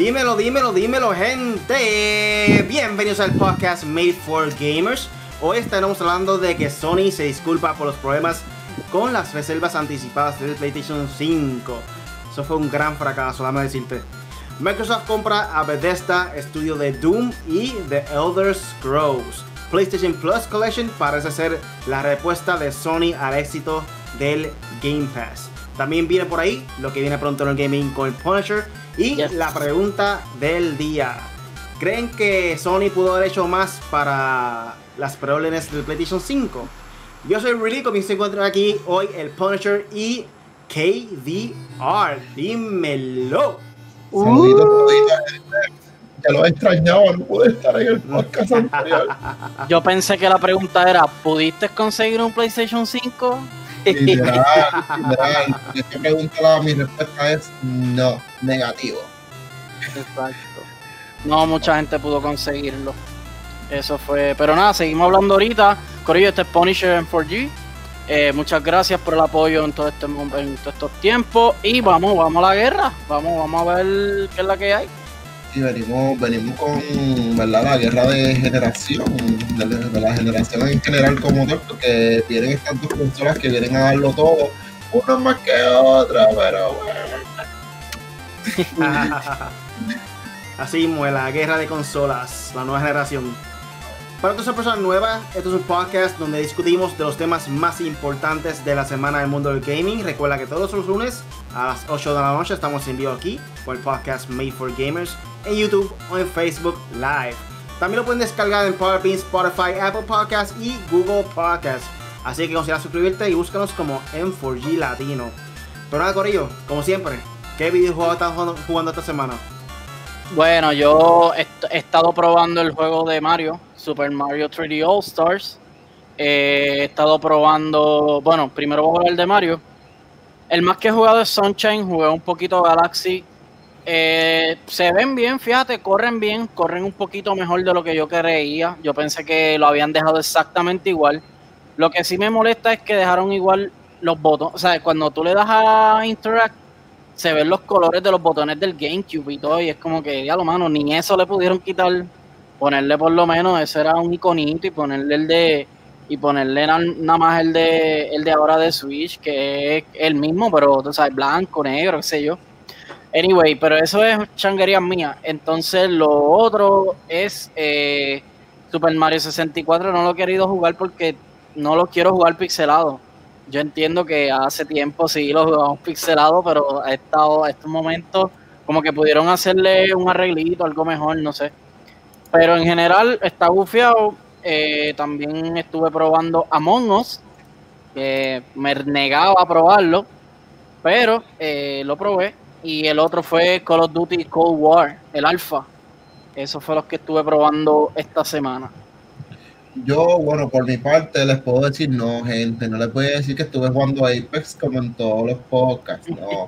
Dímelo, dímelo, dímelo, gente. Bienvenidos al podcast Made for Gamers. Hoy estaremos hablando de que Sony se disculpa por los problemas con las reservas anticipadas del PlayStation 5. Eso fue un gran fracaso, déjame decirte. Microsoft compra a Bethesda, estudio de Doom y The Elder Scrolls. PlayStation Plus Collection parece ser la respuesta de Sony al éxito del Game Pass. También viene por ahí lo que viene pronto en el gaming con el Punisher. Y la pregunta del día: ¿creen que Sony pudo haber hecho más para las preórdenes del PlayStation 5? Yo soy Really, conmigo se encuentran aquí hoy el Punisher y KDR. Dímelo. Saluditos. Ya lo extrañaba, no pude estar en el podcast anterior. Yo pensé que la pregunta era: ¿pudiste conseguir un PlayStation 5? Literal. Esta pregunta, mi respuesta es no, negativo. Exacto. No, mucha gente pudo conseguirlo. Eso fue. Pero nada, seguimos hablando ahorita. Corillo, este es Punisher en 4G. Muchas gracias por el apoyo en todos estos tiempos. Y vamos a la guerra. Vamos a ver qué es la que hay. Y venimos con, ¿verdad?, la guerra de generación, de la generación en general como tal, porque vienen estas dos consolas que vienen a darlo todo, una más que otra, pero bueno. Así mismo, la guerra de consolas, la nueva generación. Para todas las personas nuevas, esto es un podcast donde discutimos de los temas más importantes de la semana del mundo del gaming. Recuerda que todos los lunes a las 8 de la noche estamos en vivo aquí por el podcast Made for Gamers en YouTube o en Facebook Live. También lo pueden descargar en Podbean, Spotify, Apple Podcasts y Google Podcasts. Así que considera suscribirte y búscanos como M4G Latino. Pero nada, corillo, como siempre, ¿qué videojuego estás jugando esta semana? Bueno, yo he estado probando el juego de Mario, Super Mario 3D All Stars. He estado probando, bueno, primero voy a jugar el de Mario. El más que he jugado es Sunshine, jugué un poquito Galaxy. Se ven bien, fíjate, corren bien, corren un poquito mejor de lo que yo creía. Yo pensé que lo habían dejado exactamente igual. Lo que sí me molesta es que dejaron igual los botones. O sea, cuando tú le das a Interact, se ven los colores de los botones del GameCube y todo, y es como que, ya lo mano, ni eso le pudieron quitar. Ponerle por lo menos, ese era un iconito, y ponerle nada más el de ahora de Switch, que es el mismo, pero tú sabes, blanco, negro, qué sé yo. Anyway, pero eso es changuería mía. Entonces lo otro es Super Mario 64. No lo he querido jugar porque no lo quiero jugar pixelado. Yo entiendo que hace tiempo sí lo jugamos pixelado, pero ha estado estos momentos como que pudieron hacerle un arreglito, algo mejor, no sé. Pero en general está bufiado. También estuve probando Among Us, que me negaba a probarlo, pero lo probé. Y el otro fue Call of Duty Cold War, el alfa. Eso fue los que estuve probando esta semana. Yo, bueno, por mi parte les puedo decir no, gente, no les voy a decir que estuve jugando Apex como en todos los podcasts, no.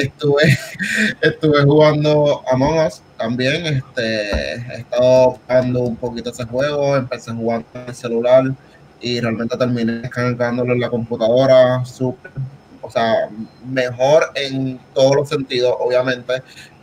Estuve jugando Among Us también, he estado jugando un poquito ese juego, empecé jugando en el celular y realmente terminé descargándolo en la computadora, súper, o sea, mejor en todos los sentidos, obviamente.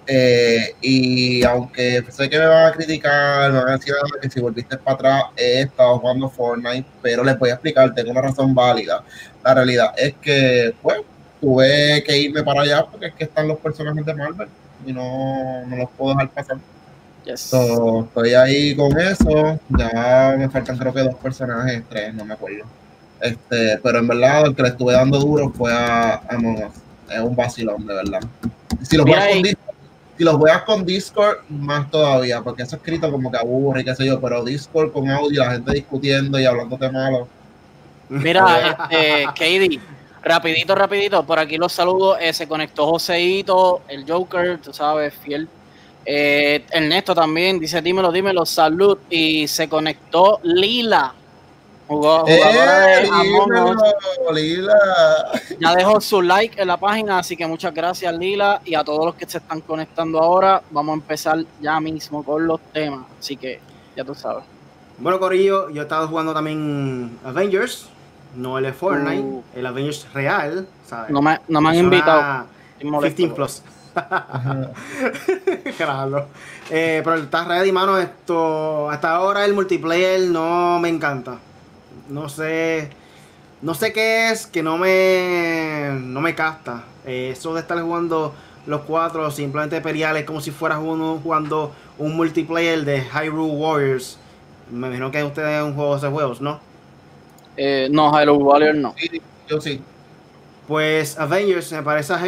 Y aunque sé que me van a criticar, me van a decir que si volviste para atrás, he estado jugando Fortnite, pero les voy a explicar, tengo una razón válida. La realidad es que, pues, tuve que irme para allá porque es que están los personajes de Marvel y no los puedo dejar pasar. Yes. So, estoy ahí con eso, ya me faltan creo que 2 personajes, 3, no me acuerdo. Pero en verdad el que le estuve dando duro fue a Among Us. Es un vacilón, de verdad. Si los juegas con Discord, más todavía, porque eso escrito como que aburre y qué sé yo, pero Discord con audio, la gente discutiendo y hablándote malo. Mira, KD, rapidito, por aquí los saludos. Se conectó Joseito, el Joker, tú sabes, fiel. Ernesto también dice, dímelo, salud. Y se conectó Lila, jugadora de Among Us. Lila. Ya dejó su like en la página, así que muchas gracias, Lila, y a todos los que se están conectando ahora. Vamos a empezar ya mismo con los temas, así que ya tú sabes. Bueno, corillo, yo he estado jugando también Avengers, no el de Fortnite, el Avengers real, ¿sabes? No me han invitado. 15 Plus. Claro. Pero está ready, mano. Hasta ahora el multiplayer no me encanta. No sé qué es que no me capta. Eso de estar jugando los cuatro simplemente pelear es como si fuera jugando un multiplayer de Hyrule Warriors. Me imagino que ustedes es un juego de esos juegos, ¿no? No, Hyrule Warriors no. Sí, yo sí. Pues Avengers me parece a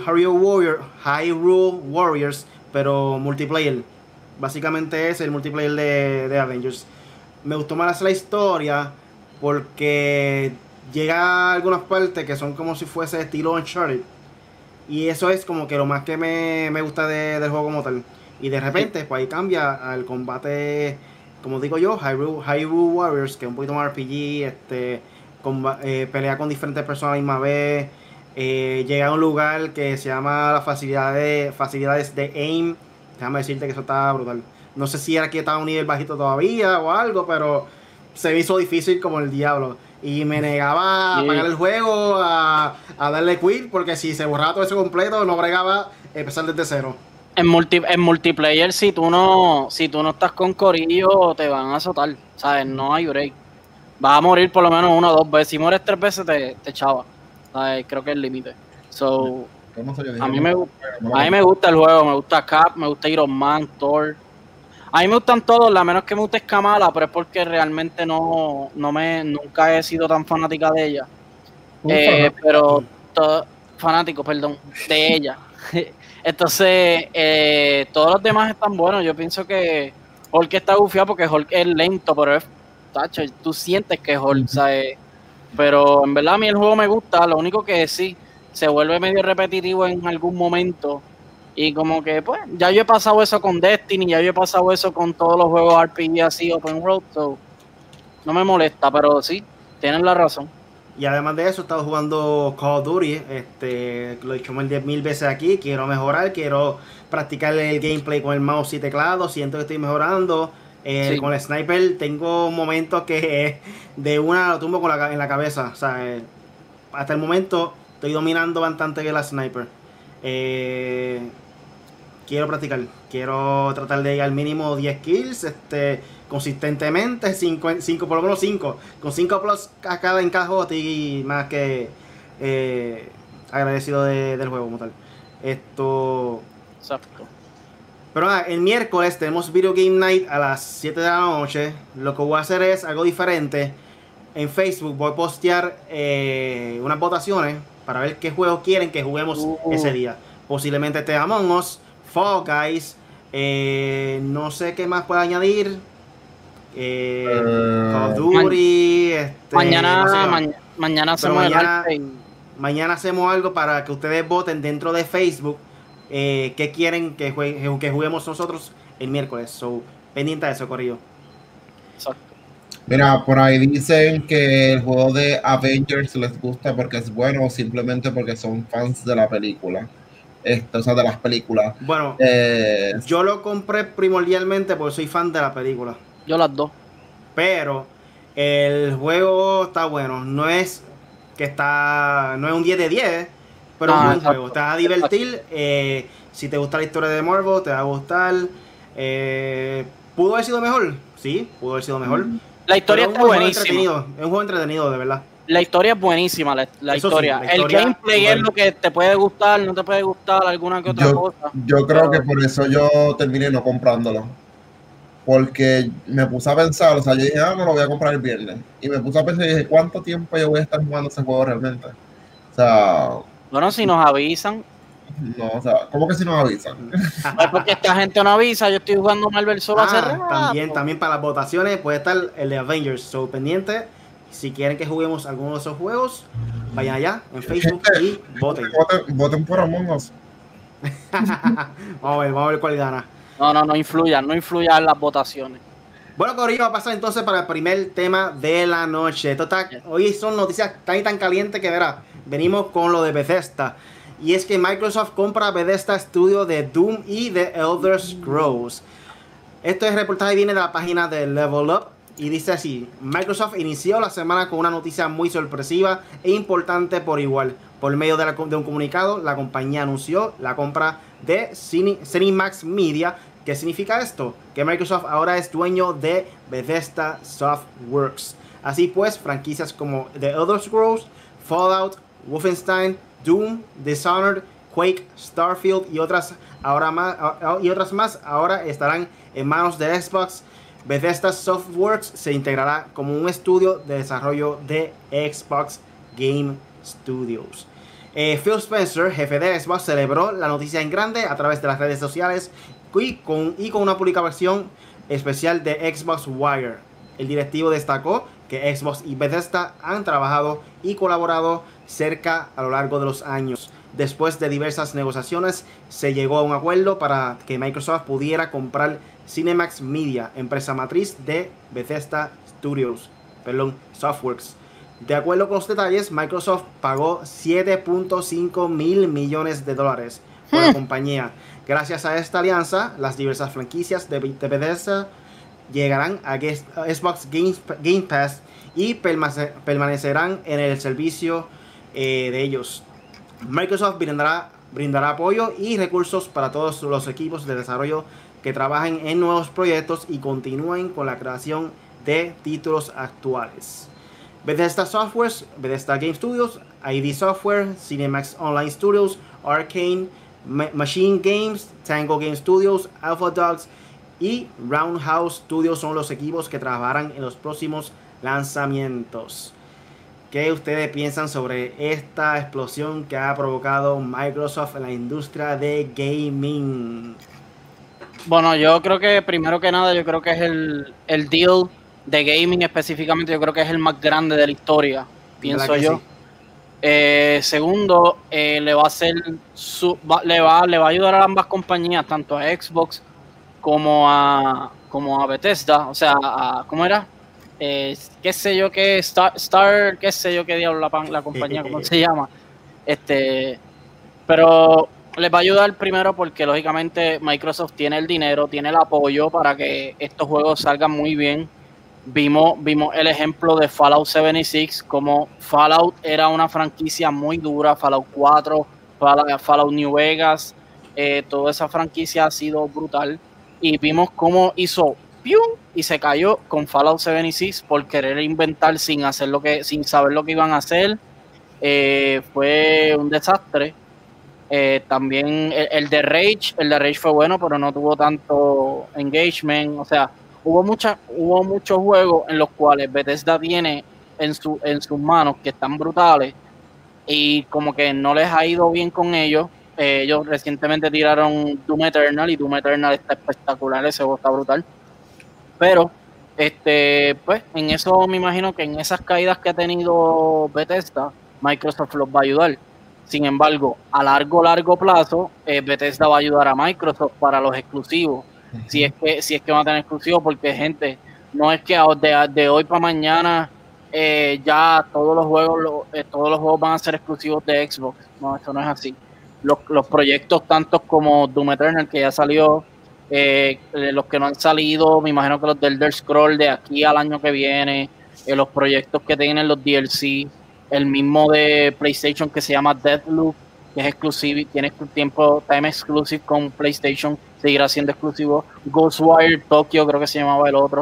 Hyrule Warriors, pero multiplayer. Básicamente es el multiplayer de Avengers. Me gustó más la historia porque llega a algunas partes que son como si fuese estilo Uncharted. Y eso es como que lo más que me gusta del juego como tal. Y de repente, pues ahí cambia al combate, como digo yo, Hyrule Warriors, que es un poquito más RPG, pelea con diferentes personas a la misma vez. Llega a un lugar que se llama las facilidades de AIM. Déjame decirte que eso está brutal. No sé si era que estaba a un nivel bajito todavía o algo, pero se me hizo difícil como el diablo. Y me negaba a pagar el juego, a darle quit, porque si se borraba todo eso completo, no bregaba empezar desde cero. En multiplayer, si tú no estás con corillo, te van a azotar, ¿sabes? No hay break. Vas a morir por lo menos 1 o 2 veces. Si mueres 3 veces, te chava. ¿Sabes? Creo que es el límite. So, a mí me gusta el juego, me gusta Cap, me gusta Iron Man, Thor. A mí me gustan todos, la menos que me gusta es Kamala, pero es porque realmente nunca he sido tan fanática de ella. Pero fanático, perdón, de ella. Entonces, todos los demás están buenos. Yo pienso que Hulk está gufiado porque Hulk es lento, pero es tacho, tú sientes que es Hulk, ¿sabes? Pero en verdad a mí el juego me gusta, lo único que sí, se vuelve medio repetitivo en algún momento. Y como que, pues, ya yo he pasado eso con Destiny, ya yo he pasado eso con todos los juegos RPG así, Open World, so no me molesta, pero sí, tienen la razón. Y además de eso, he estado jugando Call of Duty, lo he hecho 10.000 veces aquí, quiero mejorar, quiero practicar el gameplay con el mouse y teclado, siento que estoy mejorando. Sí. Con el sniper tengo momentos que de una lo tumbo en la cabeza, o sea, hasta el momento estoy dominando bastante bien la sniper. Quiero practicar, quiero tratar de llegar al mínimo 10 kills consistentemente, 5 por lo menos 5, con 5 plus a cada encajo, estoy más que agradecido del juego como tal. Exacto. Pero nada, el miércoles tenemos Video Game Night a las 7 de la noche. Lo que voy a hacer es algo diferente. En Facebook voy a postear unas votaciones para ver qué juegos quieren que juguemos ese día. Posiblemente esté Among Us, Fall Guys, no sé qué más puedo añadir. Call of Duty. Mañana hacemos algo para que ustedes voten dentro de Facebook qué quieren que juguemos nosotros el miércoles. So, pendiente de eso, corrido. Exacto. Mira, por ahí dicen que el juego de Avengers les gusta porque es bueno o simplemente porque son fans de la película. O sea, de las películas. Bueno, yo lo compré primordialmente porque soy fan de la película. Yo las dos. Pero el juego está bueno. No es un 10 de 10, pero es un buen juego. Te va a divertir. Si te gusta la historia de Marvel, te va a gustar. ¿Pudo haber sido mejor? Sí, pudo haber sido mejor. La historia está buenísima. Es un juego entretenido, de verdad. La historia es buenísima, la historia. Sí, el gameplay es lo que te puede gustar, no te puede gustar, alguna que otra cosa. Yo creo que por eso yo terminé no comprándolo. Porque me puse a pensar, o sea, yo dije, no lo voy a comprar el viernes. Y me puse a pensar y dije, ¿cuánto tiempo yo voy a estar jugando ese juego realmente? O sea... Bueno, si nos avisan. No, o sea, ¿cómo que si nos avisan? Es porque esta gente no avisa, yo estoy jugando Marvel solo hace rato. También para las votaciones puede estar el de Avengers, so pendiente. Si quieren que juguemos alguno de esos juegos, vayan allá en Facebook y voten. Voten por Among Us. vamos a ver cuál gana. No influyan en las votaciones. Bueno, Corillo, va a pasar entonces para el primer tema de la noche. Hoy son noticias tan calientes que verá. Venimos con lo de Bethesda. Y es que Microsoft compra Bethesda Studio de Doom y de Elder Scrolls. Este reportaje viene de la página de Level Up. Y dice así: Microsoft inició la semana con una noticia muy sorpresiva e importante por igual. Por medio de un comunicado, la compañía anunció la compra de ZeniMax Media. ¿Qué significa esto? Que Microsoft ahora es dueño de Bethesda Softworks. Así pues, franquicias como The Elder Scrolls, Fallout, Wolfenstein, Doom, Dishonored, Quake, Starfield y otras más ahora estarán en manos de Xbox. Bethesda Softworks se integrará como un estudio de desarrollo de Xbox Game Studios. Phil Spencer, jefe de Xbox, celebró la noticia en grande a través de las redes sociales y con una publicación especial de Xbox Wire. El directivo destacó que Xbox y Bethesda han trabajado y colaborado cerca a lo largo de los años. Después de diversas negociaciones, se llegó a un acuerdo para que Microsoft pudiera comprar ZeniMax Media, empresa matriz de Bethesda Softworks. De acuerdo con los detalles, Microsoft pagó $7.5 mil millones por la compañía. Gracias a esta alianza, las diversas franquicias de Bethesda llegarán a Xbox Game Pass y permanecerán en el servicio de ellos. Microsoft brindará apoyo y recursos para todos los equipos de desarrollo que trabajen en nuevos proyectos y continúen con la creación de títulos actuales. Bethesda Software, Bethesda Game Studios, ID Software, ZeniMax Online Studios, Arcane, Machine Games, Tango Game Studios, Alpha Dogs y Roundhouse Studios son los equipos que trabajarán en los próximos lanzamientos. ¿Qué ustedes piensan sobre esta explosión que ha provocado Microsoft en la industria de gaming? Bueno, yo creo que primero que nada, yo creo que es el deal de gaming específicamente, yo creo que es el más grande de la historia, pienso yo. Sí. Segundo, le va a ayudar a ambas compañías, tanto a Xbox como a Bethesda, o sea, ¿cómo era? Qué sé yo qué Star, qué sé yo qué diablo la compañía, ¿cómo se llama? Pero les va a ayudar primero porque lógicamente Microsoft tiene el dinero, tiene el apoyo para que estos juegos salgan muy bien. Vimos el ejemplo de Fallout 76, como Fallout era una franquicia muy dura, Fallout 4, Fallout New Vegas, toda esa franquicia ha sido brutal y vimos cómo hizo ¡pium! Y se cayó con Fallout 76 por querer inventar sin saber lo que iban a hacer. Fue un desastre. También el de Rage fue bueno, pero no tuvo tanto engagement, o sea, hubo muchos juegos en los cuales Bethesda tiene en sus manos que están brutales y como que no les ha ido bien con ellos. Ellos recientemente tiraron Doom Eternal y Doom Eternal está espectacular, ese juego está brutal. Pero pues en eso me imagino que en esas caídas que ha tenido Bethesda, Microsoft los va a ayudar. Sin embargo, a largo plazo, Bethesda va a ayudar a Microsoft para los exclusivos. Si es que van a tener exclusivos, porque gente, no es que de hoy para mañana ya todos los juegos van a ser exclusivos de Xbox. No, eso no es así. Los proyectos tantos como Doom Eternal, que ya salió, los que no han salido, me imagino que los del Elder Scrolls de aquí al año que viene, los proyectos que tienen los DLC, el mismo de PlayStation que se llama Deathloop, que es exclusivo, tiene time exclusive con PlayStation, seguirá siendo exclusivo. Ghostwire Tokyo, creo que se llamaba el otro,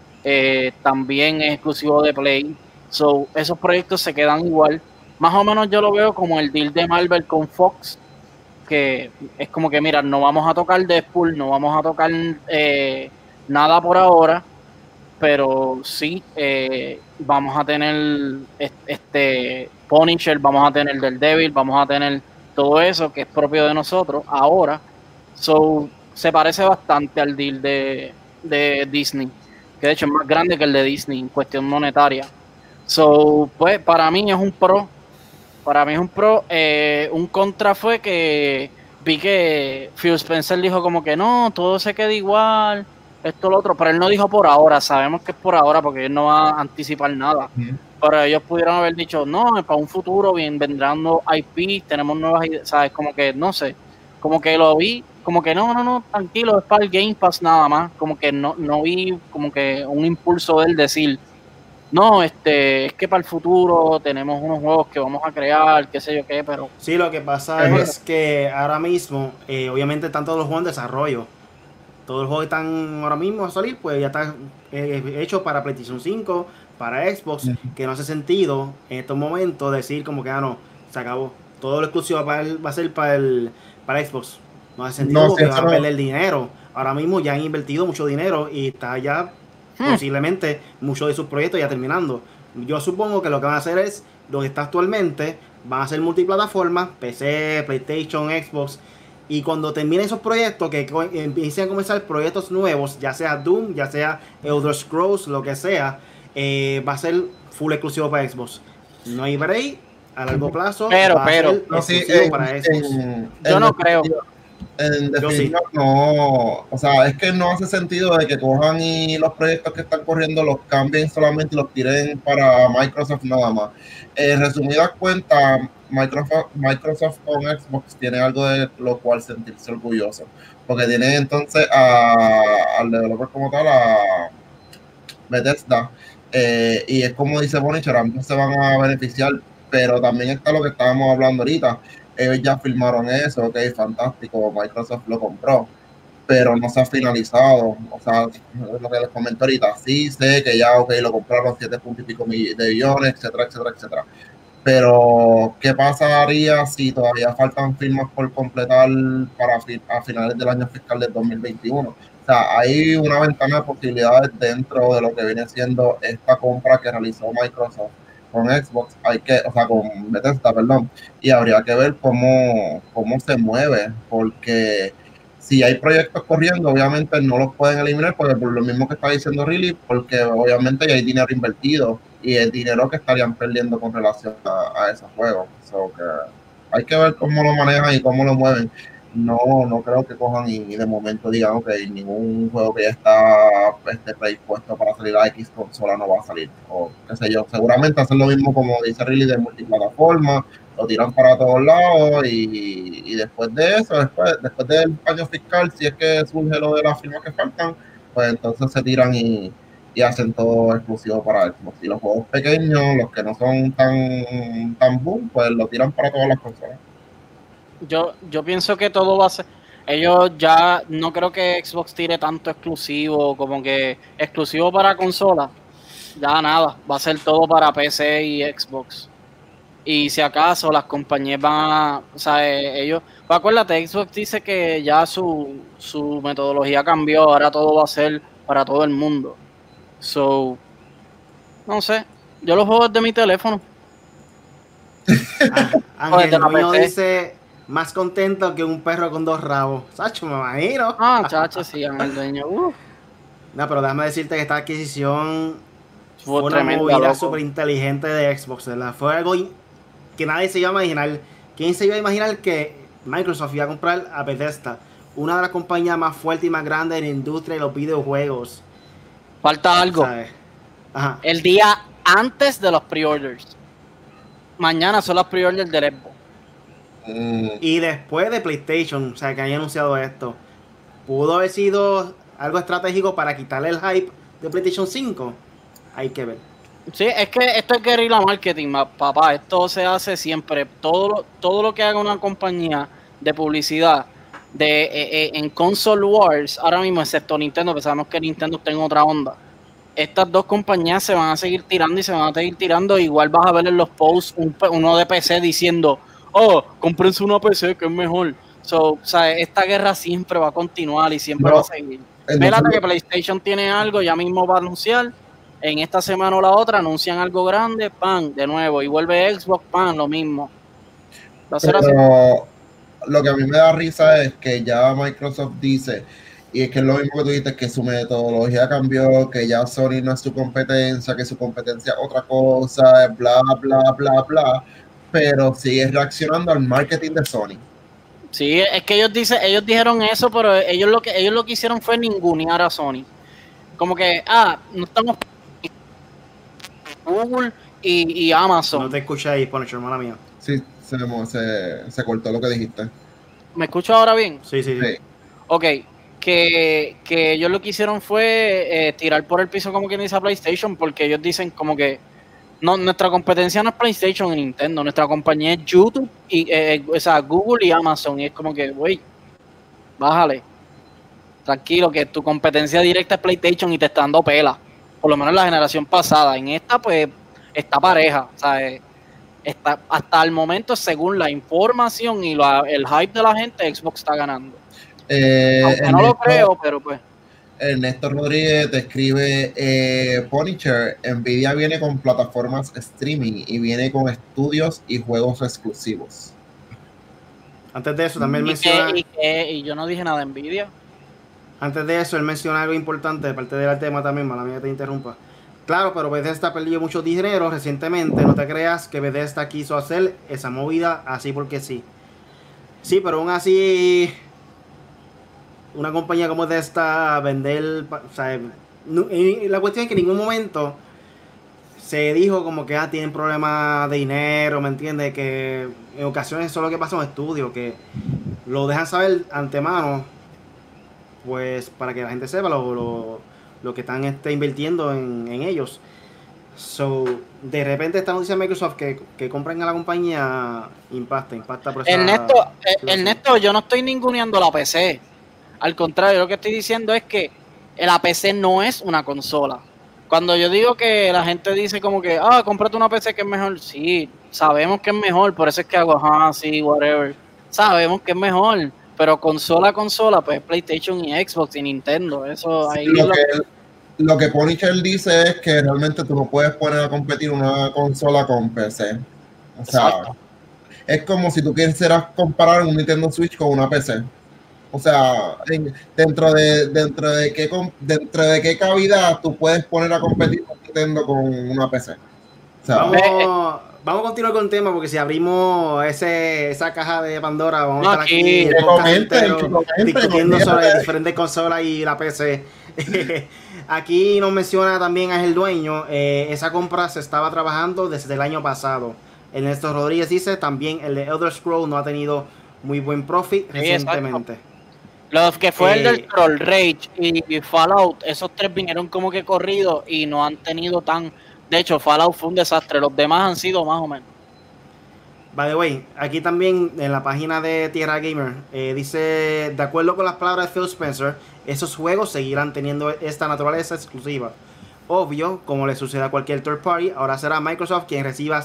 también es exclusivo de Play. So, esos proyectos se quedan igual. Más o menos yo lo veo como el deal de Marvel con Fox, que es como que, mira, no vamos a tocar Deadpool, no vamos a tocar nada por ahora, pero sí vamos a tener Punisher, vamos a tener Daredevil, vamos a tener todo eso que es propio de nosotros ahora. So, se parece bastante al deal de Disney, que de hecho es más grande que el de Disney en cuestión monetaria. So, pues para mí es un pro. Un contra fue que vi que Phil Spencer dijo como que no, todo se queda igual, esto, lo otro, pero él no dijo por ahora, sabemos que es por ahora porque él no va a anticipar nada. Pero ellos pudieron haber dicho, no, para un futuro vendrán nuevos IP, tenemos nuevas ideas, ¿sabes? Como que, no sé, como que lo vi, como que no, tranquilo, es para el Game Pass nada más, como que no vi como que un impulso de él decir, no, es que para el futuro tenemos unos juegos que vamos a crear, qué sé yo qué, pero... Sí, lo que pasa es que ahora mismo, obviamente están todos los juegos en desarrollo. Todos los juegos que están ahora mismo a salir, pues ya están hechos para PlayStation 5, para Xbox, que no hace sentido en estos momentos decir como que no, se acabó. Todo lo exclusivo va a ser para Xbox. No hace sentido porque van a perder dinero. Ahora mismo ya han invertido mucho dinero y está ya posiblemente muchos de sus proyectos ya terminando. Yo supongo que lo que van a hacer es lo que está actualmente, van a ser multiplataformas, PC, PlayStation, Xbox. Y cuando terminen esos proyectos, que empiecen a comenzar proyectos nuevos, ya sea Doom, ya sea Elder Scrolls, lo que sea, va a ser full exclusivo para Xbox. No hay break a largo plazo, va a ser exclusivo para Xbox. Yo no creo. En definitiva, no, o sea, es que no hace sentido de que cojan y los proyectos que están corriendo los cambien solamente y los tiren para Microsoft nada más. Resumidas cuentas, Microsoft con Xbox tiene algo de lo cual sentirse orgulloso, porque tiene entonces al developer como tal, a Bethesda, y es como dice Bonicher, ambos se van a beneficiar, pero también está lo que estábamos hablando ahorita. Ellos ya firmaron eso, ok, fantástico, Microsoft lo compró, pero no se ha finalizado. O sea, lo que les comento ahorita, sí sé que ya, ok, lo compraron 7 puntos y pico de billones, etcétera, etcétera, etcétera. Pero, ¿qué pasaría si todavía faltan firmas por completar a finales del año fiscal del 2021? O sea, hay una ventana de posibilidades dentro de lo que viene siendo esta compra que realizó Microsoft con Xbox, con Bethesda, perdón, y habría que ver cómo se mueve, porque si hay proyectos corriendo, obviamente no los pueden eliminar, porque por lo mismo que está diciendo Riley, porque obviamente ya hay dinero invertido y el dinero que estarían perdiendo con relación a esos juegos. So que hay que ver cómo lo manejan y cómo lo mueven. No creo que cojan y de momento digan, ok, ningún juego que ya está predispuesto para salir a X consola no va a salir, o qué sé yo. Seguramente hacen lo mismo como dice Riley de multiplataforma, lo tiran para todos lados y después de eso, después del año fiscal, si es que surge lo de las firmas que faltan, pues entonces se tiran y hacen todo exclusivo para Xbox. Y los juegos pequeños, los que no son tan boom, pues lo tiran para todas las consolas. Yo pienso que todo va a ser... Ellos ya no creo que Xbox tire tanto exclusivo, como que exclusivo para consola. Ya nada, va a ser todo para PC y Xbox. Y si acaso las compañías van a... O sea, ellos... Pues acuérdate, Xbox dice que ya su metodología cambió, ahora todo va a ser para todo el mundo. So, no sé, yo los juego desde mi teléfono. Ángel, el mío dice... Más contento que un perro con 2 rabos. Sacho, me imagino. Chacho, sí, el dueño. No, pero déjame decirte que esta adquisición fue una movida súper inteligente de Xbox, ¿verdad? Fue algo que nadie se iba a imaginar. ¿Quién se iba a imaginar que Microsoft iba a comprar a Bethesda? Una de las compañías más fuertes y más grandes en la industria de los videojuegos. Falta algo. Ajá. El día antes de los pre-orders. Mañana son los pre-orders del Xbox. Y después de PlayStation, o sea, que haya anunciado esto, ¿pudo haber sido algo estratégico para quitarle el hype de PlayStation 5? Hay que ver. Sí, es que esto es guerrilla marketing, papá. Esto se hace siempre. Todo lo que haga una compañía de publicidad en Console Wars, ahora mismo, excepto Nintendo, que sabemos que Nintendo está en otra onda. Estas dos compañías se van a seguir tirando y se van a seguir tirando. Igual vas a ver en los posts uno de PC diciendo... cómprense una PC que es mejor. O sea, esta guerra siempre va a continuar y siempre va a seguir. Vélate que PlayStation tiene algo, ya mismo va a anunciar. En esta semana o la otra anuncian algo grande, pan, de nuevo. Y vuelve Xbox, pan, lo mismo. Va a ser así. Lo que a mí me da risa es que ya Microsoft dice, y es que es lo mismo que tú dices, que su metodología cambió, que ya Sony no es su competencia, que su competencia es otra cosa, bla, bla, bla, bla. Pero sigue reaccionando al marketing de Sony. Sí, es que ellos dijeron eso, pero ellos lo que hicieron fue ningunear a Sony. Como que, no estamos Google y Amazon. No te escuché ahí, Punisher, hermana mía. Sí, se cortó lo que dijiste. ¿Me escucho ahora bien? Sí. Ok, que ellos lo que hicieron fue tirar por el piso como quien dice a PlayStation, porque ellos dicen como que no, nuestra competencia no es PlayStation y Nintendo, nuestra compañía es YouTube y o sea, Google y Amazon, y es como que, güey, bájale, tranquilo, que tu competencia directa es PlayStation y te está dando pela, por lo menos en la generación pasada. En esta pues está pareja, o sea, está, hasta el momento, según la información y el hype de la gente, Xbox está ganando. Aunque no lo creo, pero pues. Ernesto Rodríguez te escribe, Punisher, Nvidia viene con plataformas streaming y viene con estudios y juegos exclusivos. Antes de eso también menciona... Y yo no dije nada de Nvidia. Antes de eso él menciona algo importante, de parte del tema también, mala mía que te interrumpa. Claro, pero Bethesda ha perdido mucho dinero recientemente, no te creas que Bethesda quiso hacer esa movida así porque sí. Sí, pero aún así... Una compañía como esta vender, o sea, la cuestión es que en ningún momento se dijo como que tienen problemas de dinero, ¿me entiendes? Que en ocasiones eso es lo que pasa en estudios, que lo dejan saber antemano, pues para que la gente sepa lo que están invirtiendo en ellos. So, de repente esta noticia de Microsoft que compren a la compañía impacta por esa... Ernesto, yo no estoy ninguneando la PC. Al contrario, lo que estoy diciendo es que la PC no es una consola. Cuando yo digo que la gente dice como que, cómprate una PC que es mejor, sí, sabemos que es mejor, por eso es que hago, sí, whatever. Sabemos que es mejor, pero consola, pues PlayStation y Xbox y Nintendo, eso ahí lo que Punisher dice es que realmente tú no puedes poner a competir una consola con PC. O sea, exacto. Es como si tú quisieras comparar un Nintendo Switch con una PC. O sea, dentro de qué cavidad tú puedes poner a competir con Nintendo con una PC. O sea, vamos a continuar con el tema, porque si abrimos esa caja de Pandora, vamos a estar aquí discutiendo sobre diferentes consolas y la PC. Aquí nos menciona también a el dueño, esa compra se estaba trabajando desde el año pasado. Ernesto Rodríguez dice también el de Elder Scrolls no ha tenido muy buen profit recientemente. Exacto. Los que fue el del Troll, Rage y Fallout, esos tres vinieron como que corridos y no han tenido tan... De hecho, Fallout fue un desastre, los demás han sido más o menos. By the way, aquí también en la página de Tierra Gamer dice, de acuerdo con las palabras de Phil Spencer, esos juegos seguirán teniendo esta naturaleza exclusiva. Obvio, como le sucede a cualquier third party, ahora será Microsoft quien reciba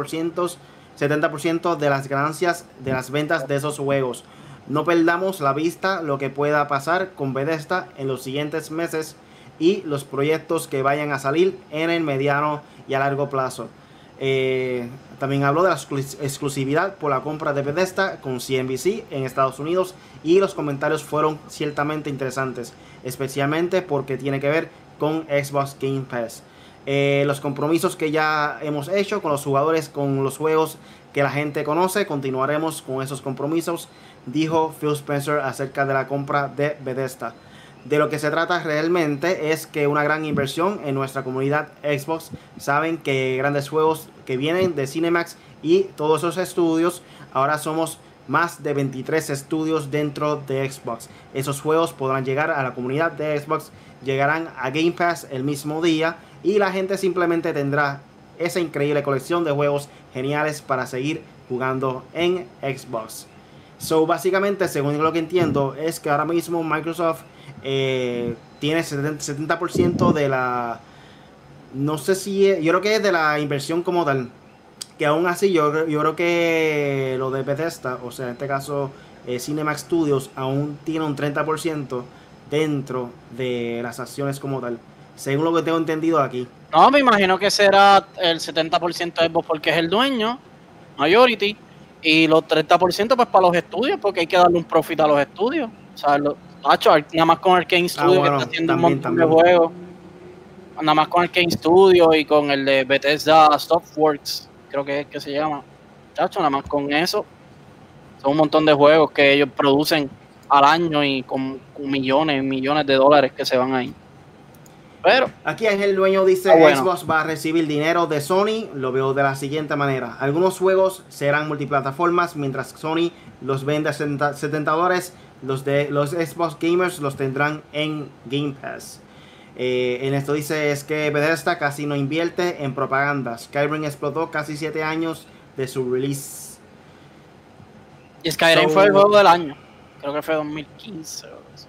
70% de las ganancias de las ventas de esos juegos. No perdamos la vista lo que pueda pasar con Bethesda en los siguientes meses y los proyectos que vayan a salir en el mediano y a largo plazo. También habló de la exclusividad por la compra de Bethesda con CNBC en Estados Unidos, y los comentarios fueron ciertamente interesantes, especialmente porque tiene que ver con Xbox Game Pass. Los compromisos que ya hemos hecho con los jugadores, con los juegos que la gente conoce, continuaremos con esos compromisos, dijo Phil Spencer acerca de la compra de Bethesda. De lo que se trata realmente es que una gran inversión en nuestra comunidad Xbox. Saben que grandes juegos que vienen de Cinemax y todos esos estudios, ahora somos más de 23 estudios dentro de Xbox. Esos juegos podrán llegar a la comunidad de Xbox, llegarán a Game Pass el mismo día, y la gente simplemente tendrá esa increíble colección de juegos geniales para seguir jugando en Xbox. So, básicamente, según lo que entiendo, es que ahora mismo Microsoft tiene 70% de la... No sé si... Yo creo que es de la inversión como tal. Que aún así yo creo que lo de Bethesda, o sea, en este caso Cinemax Studios, aún tiene un 30% dentro de las acciones como tal. Según lo que tengo entendido aquí. No, me imagino que será el 70% de Xbox porque es el dueño, majority, y los 30% pues para los estudios, porque hay que darle un profit a los estudios. O sea, nada más con Arkane Studio, bueno, que está haciendo también, un montón de juegos. Nada más con Arkane Studio y con el de Bethesda Softworks, creo que es que se llama. Chacho, nada más con eso. Son un montón de juegos que ellos producen al año y con millones y millones de dólares que se van ahí. Pero aquí el dueño dice, bueno, Xbox va a recibir dinero de Sony. Lo veo de la siguiente manera: algunos juegos serán multiplataformas, mientras Sony los vende a $70 los Xbox gamers los tendrán en Game Pass. En esto dice es que Bethesda casi no invierte en propaganda. Skyrim explotó casi 7 años de su release. Y Skyrim fue el juego del año. Creo que fue 2015 o eso.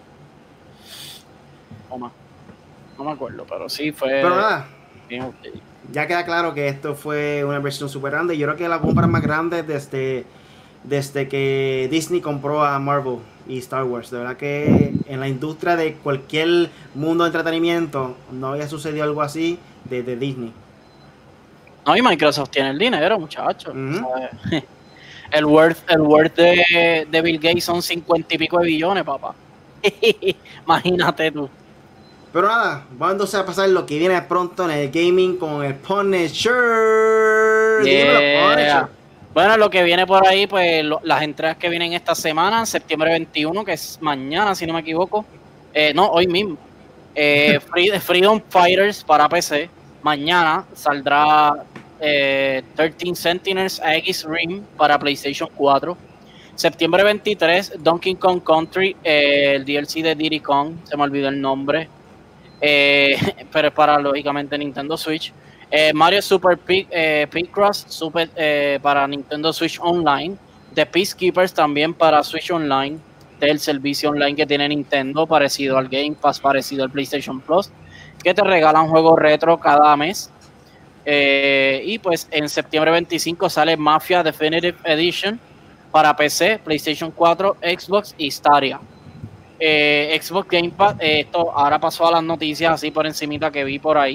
O más. No me acuerdo, pero sí fue. Pero nada. Bien, ya queda claro que esto fue una versión super grande. Yo creo que la compra más grande desde que Disney compró a Marvel y Star Wars. De verdad que en la industria de cualquier mundo de entretenimiento no había sucedido algo así desde Disney. No, y Microsoft tiene el dinero, muchachos. El worth de Bill Gates son 50 y pico de billones, papá. Imagínate tú. Pero nada, vamos a pasar lo que viene pronto en el gaming con el Punisher. Yeah. Bueno, lo que viene por ahí, pues las entregas que vienen esta semana, septiembre 21, que es mañana, si no me equivoco. No, hoy mismo. Freedom Fighters para PC. Mañana saldrá 13 Sentinels Aegis Rim para PlayStation 4. Septiembre 23, Donkey Kong Country, el DLC de Diddy Kong, se me olvidó el nombre. Pero es para, lógicamente, Nintendo Switch. Mario Super Picross para Nintendo Switch Online. The Peacekeepers también para Switch Online. El servicio online que tiene Nintendo, parecido al Game Pass, parecido al PlayStation Plus, que te regalan juegos retro cada mes. Y pues en septiembre 25 sale Mafia Definitive Edition para PC, PlayStation 4, Xbox y Stadia. Xbox Game Pass, esto ahora pasó a las noticias así por encimita que vi por ahí.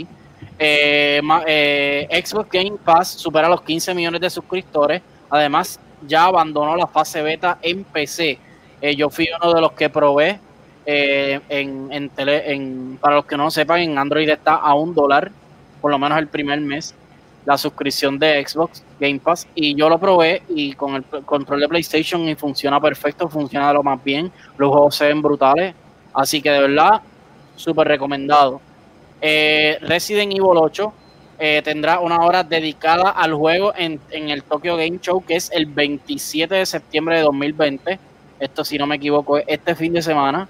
Xbox Game Pass supera los 15 millones de suscriptores. Además, ya abandonó la fase beta en PC. Yo fui uno de los que probé. Para los que no sepan, en Android está a $1, por lo menos el primer mes, la suscripción de Xbox Game Pass, y yo lo probé y con el control de PlayStation y funciona perfecto, funciona de lo más bien, los juegos se ven brutales, así que de verdad súper recomendado. Resident Evil 8 tendrá una hora dedicada al juego en el Tokyo Game Show, que es el 27 de septiembre de 2020, esto si no me equivoco es este fin de semana.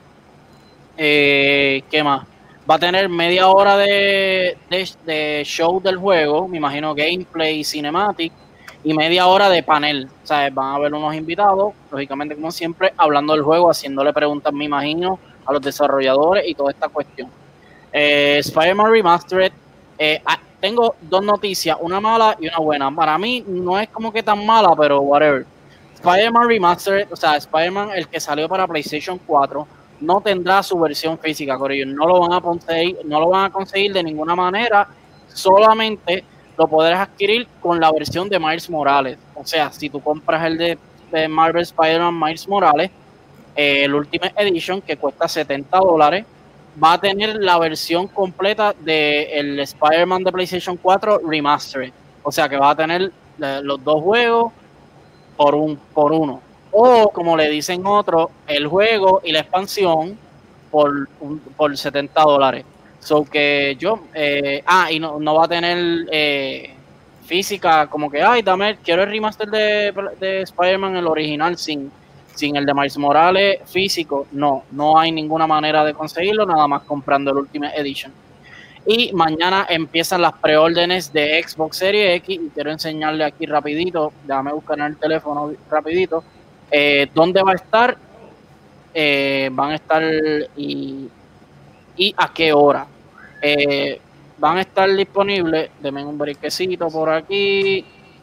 ¿Qué más? Va a tener media hora de show del juego, me imagino gameplay, cinematic, y media hora de panel. O sea, van a haber unos invitados, lógicamente como siempre, hablando del juego, haciéndole preguntas, me imagino, a los desarrolladores y toda esta cuestión. Spider-Man Remastered, tengo dos noticias, una mala y una buena. Para mí no es como que tan mala, pero whatever. Spider-Man Remastered, o sea, Spider-Man, el que salió para PlayStation 4, no tendrá su versión física, Corillo. No lo van a conseguir de ninguna manera, solamente lo podrás adquirir con la versión de Miles Morales. O sea, si tú compras el de Marvel Spider-Man Miles Morales, el Ultimate Edition, que cuesta $70, va a tener la versión completa del Spider-Man de PlayStation 4 Remastered. O sea que va a tener los dos juegos por uno. O, como le dicen otros, el juego y la expansión por $70. So que yo... y no va a tener física como que, quiero el remaster de Spider-Man, el original, sin el de Miles Morales físico. No hay ninguna manera de conseguirlo, nada más comprando el Ultimate Edition. Y mañana empiezan las preórdenes de Xbox Series X, y quiero enseñarle aquí rapidito, déjame buscar en el teléfono rapidito, dónde va a estar, van a estar y a qué hora. Van a estar disponibles, denme un briquecito por aquí,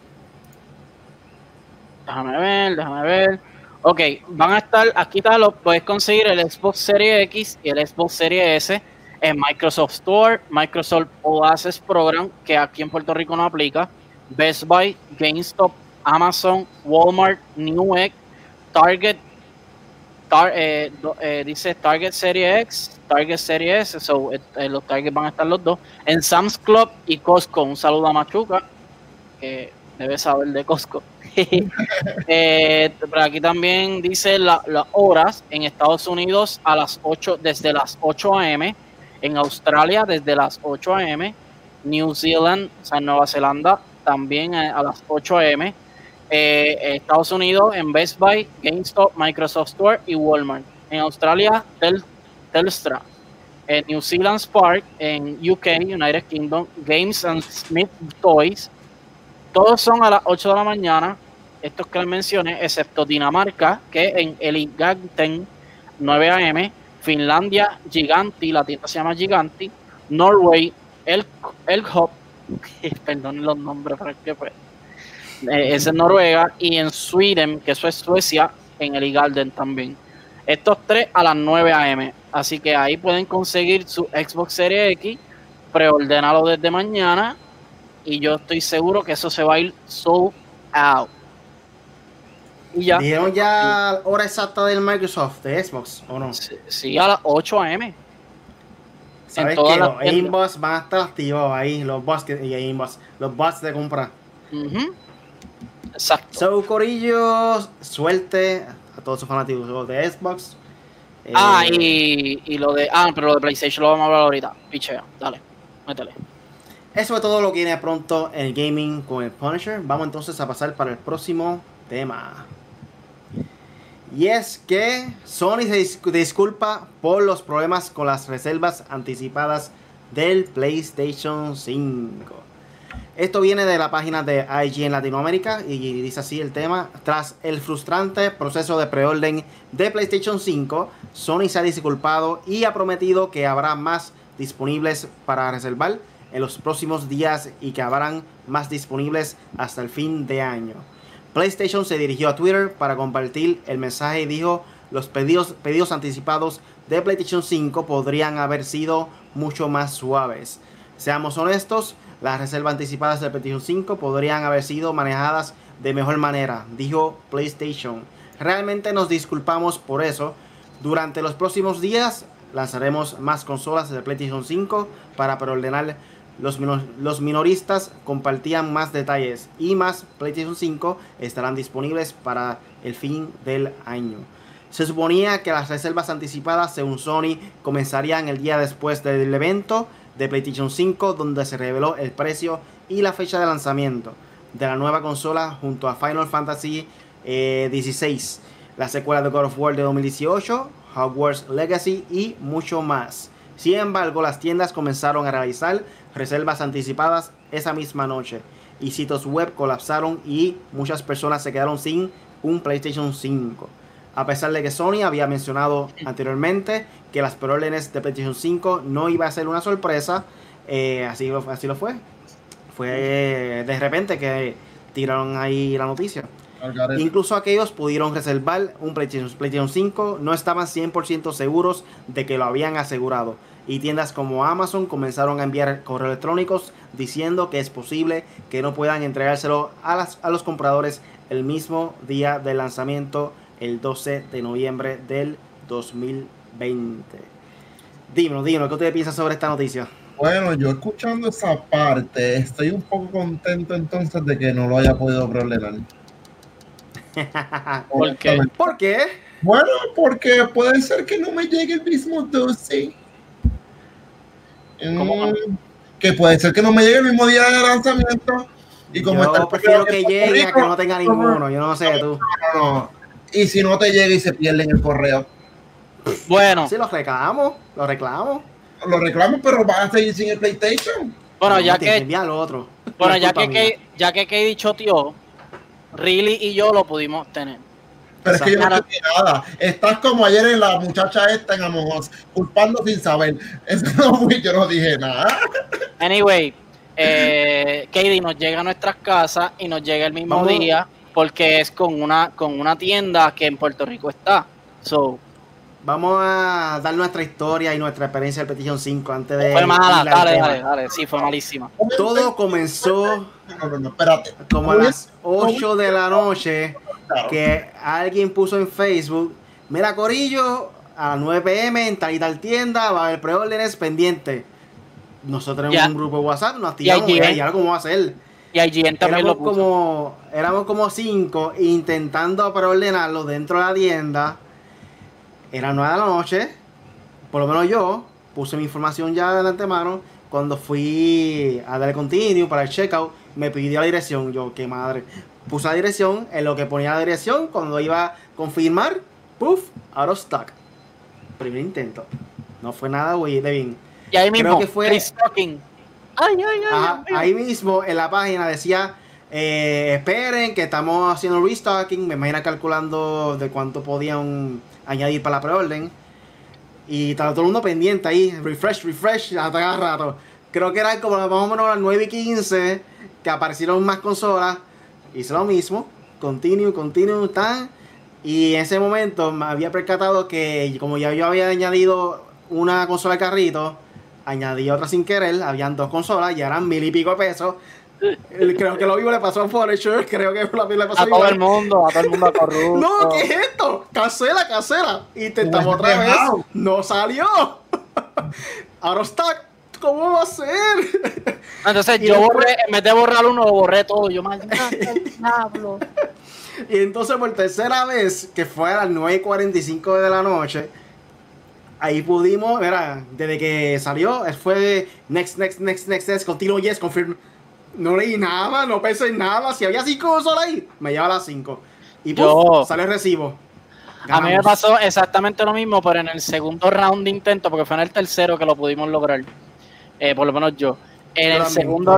déjame ver. Ok, van a estar, aquí puedes conseguir el Xbox Series X y el Xbox Series S en Microsoft Store, Microsoft All Access Program, que aquí en Puerto Rico no aplica, Best Buy, GameStop, Amazon, Walmart, Newegg, Target, dice Target Series X, Target Series S, los Target van a estar los dos, en Sam's Club y Costco. Un saludo a Machuca, que debe saber de Costco. Pero aquí también dice las horas: en Estados Unidos a las 8, desde las 8 a.m., en Australia desde las 8 a.m., New Zealand, o sea, Nueva Zelanda también a las 8 a.m., Estados Unidos en Best Buy, GameStop, Microsoft Store y Walmart. En Australia, Telstra. En New Zealand, Spark. En UK, United Kingdom, Games and Smith Toys. Todos son a las 8 de la mañana, estos que les mencioné, excepto Dinamarca, que en Elgiganten 9 a.m., Finlandia, Giganti, la tienda se llama Giganti, Norway, Elkhop, perdón los nombres, pero es que pues, es en Noruega, y en Sweden, que eso es Suecia, en Elgiganten también. Estos tres a las 9 a.m., así que ahí pueden conseguir su Xbox Series X, preordenarlo desde mañana, y yo estoy seguro que eso se va a ir sold out. Y ya. ¿Dieron ya hora exacta del Microsoft de Xbox o no? Sí, a las 8 a.m. Sabes que los inbox van a estar activos ahí, los bots los bots de compra. Exacto. So, corillos, suerte a todos sus fanáticos de Xbox. Y lo de. Pero lo de PlayStation lo vamos a hablar ahorita. Pichea, dale, métele. Eso es todo lo que viene pronto en el gaming con el Punisher. Vamos entonces a pasar para el próximo tema. Y es que Sony se disculpa por los problemas con las reservas anticipadas del PlayStation 5. Esto viene de la página de IG en Latinoamérica y dice así el tema. Tras el frustrante proceso de preorden de PlayStation 5, Sony se ha disculpado y ha prometido que habrá más disponibles para reservar en los próximos días y que habrán más disponibles hasta el fin de año. PlayStation se dirigió a Twitter para compartir el mensaje y dijo: los pedidos anticipados de PlayStation 5 podrían haber sido mucho más suaves. Seamos honestos, las reservas anticipadas de PlayStation 5 podrían haber sido manejadas de mejor manera, dijo PlayStation. Realmente nos disculpamos por eso. Durante los próximos días lanzaremos más consolas de PlayStation 5 para preordenar. Los minoristas compartían más detalles y más PlayStation 5 estarán disponibles para el fin del año. Se suponía que las reservas anticipadas, según Sony, comenzarían el día después del evento de PlayStation 5, donde se reveló el precio y la fecha de lanzamiento de la nueva consola junto a Final Fantasy XVI, la secuela de God of War de 2018, Hogwarts Legacy y mucho más. Sin embargo, las tiendas comenzaron a realizar reservas anticipadas esa misma noche y sitios web colapsaron y muchas personas se quedaron sin un PlayStation 5. A pesar de que Sony había mencionado anteriormente que las preórdenes de PlayStation 5 no iba a ser una sorpresa, así lo fue. Fue de repente que tiraron ahí la noticia. Incluso aquellos pudieron reservar un PlayStation 5, no estaban 100% seguros de que lo habían asegurado. Y tiendas como Amazon comenzaron a enviar correos electrónicos diciendo que es posible que no puedan entregárselo a los compradores el mismo día del lanzamiento, el 12 de noviembre del 2020. Dímelo, ¿qué usted piensa sobre esta noticia? Bueno, yo escuchando esa parte, estoy un poco contento entonces de que no lo haya podido preordenar. ¿Por qué? ¿Por qué? Bueno, porque puede ser que no me llegue el mismo 12. ¿Cómo? Que puede ser que no me llegue el mismo día de lanzamiento. Y como yo prefiero que llegue a que no tenga ninguno. Yo no sé, tú. No. Y si no te llega y se pierde en el correo. Bueno. Sí, lo reclamo, pero vas a seguir sin el PlayStation. Bueno, ya que Katie choteó, Riley y yo lo pudimos tener. Pero es que yo no dije nada. Estás como ayer en la muchacha esta en Among Us, culpando sin saber. Eso no fui, yo no dije nada. Anyway, Katie nos llega a nuestras casas y nos llega el mismo día porque es con una tienda que en Puerto Rico está. So, vamos a dar nuestra historia y nuestra experiencia del PlayStation 5 antes de... Fue mala, dale, sí, fue malísima. Todo comenzó espérate. Como a las 8 de la noche, que alguien puso en Facebook: mira, corillo, a las 9 p.m. en tal y tal tienda va a haber preórdenes pendientes. Nosotros tenemos un grupo de WhatsApp, nos activamos y ahora cómo va a ser. Y IGN también lo puso. Éramos como 5 intentando preordenarlo dentro de la tienda. Eran 9 de la noche. Por lo menos yo puse mi información ya de antemano. Cuando fui a darle continue para el checkout, me pidió la dirección. Yo, qué madre. Puse la dirección. En lo que ponía la dirección, cuando iba a confirmar, puff, out of stock. Primer intento. No fue nada, güey, de bien. Y ahí mismo, Creo que fue... restocking. Ay. Ajá, ahí mismo en la página decía, esperen que estamos haciendo restocking. Me imagino calculando de cuánto podían añadir para la preorden. Y estaba todo el mundo pendiente ahí, refresh, hasta cada rato. Creo que eran como más o menos las 9:15 que aparecieron más consolas. Hice lo mismo, continue, tan. Y en ese momento me había percatado que como ya yo había añadido una consola al carrito, añadí otra sin querer, habían 2 consolas, ya eran 1000 y pico de pesos. Creo que lo mismo le pasó a Punisher, creo que le pasó a todo el mundo corrupto. No, ¿qué es esto? Cancela. Intentamos otra vez. No salió. Out of stock. ¿Cómo va a ser? Entonces yo borré, en vez de borrar uno, lo borré todo. Yo maldita diablo. Y entonces por tercera vez, que fue a las 9:45 de la noche, ahí pudimos, mira, desde que salió, fue next, continuo, yes, confirm. No leí nada, no pensé en nada. Si había 5 consolas ahí, me lleva a las 5. Y pues, sale el recibo. Ganamos. A mí me pasó exactamente lo mismo, pero en el segundo round de intento, porque fue en el tercero que lo pudimos lograr. Por lo menos yo. En el segundo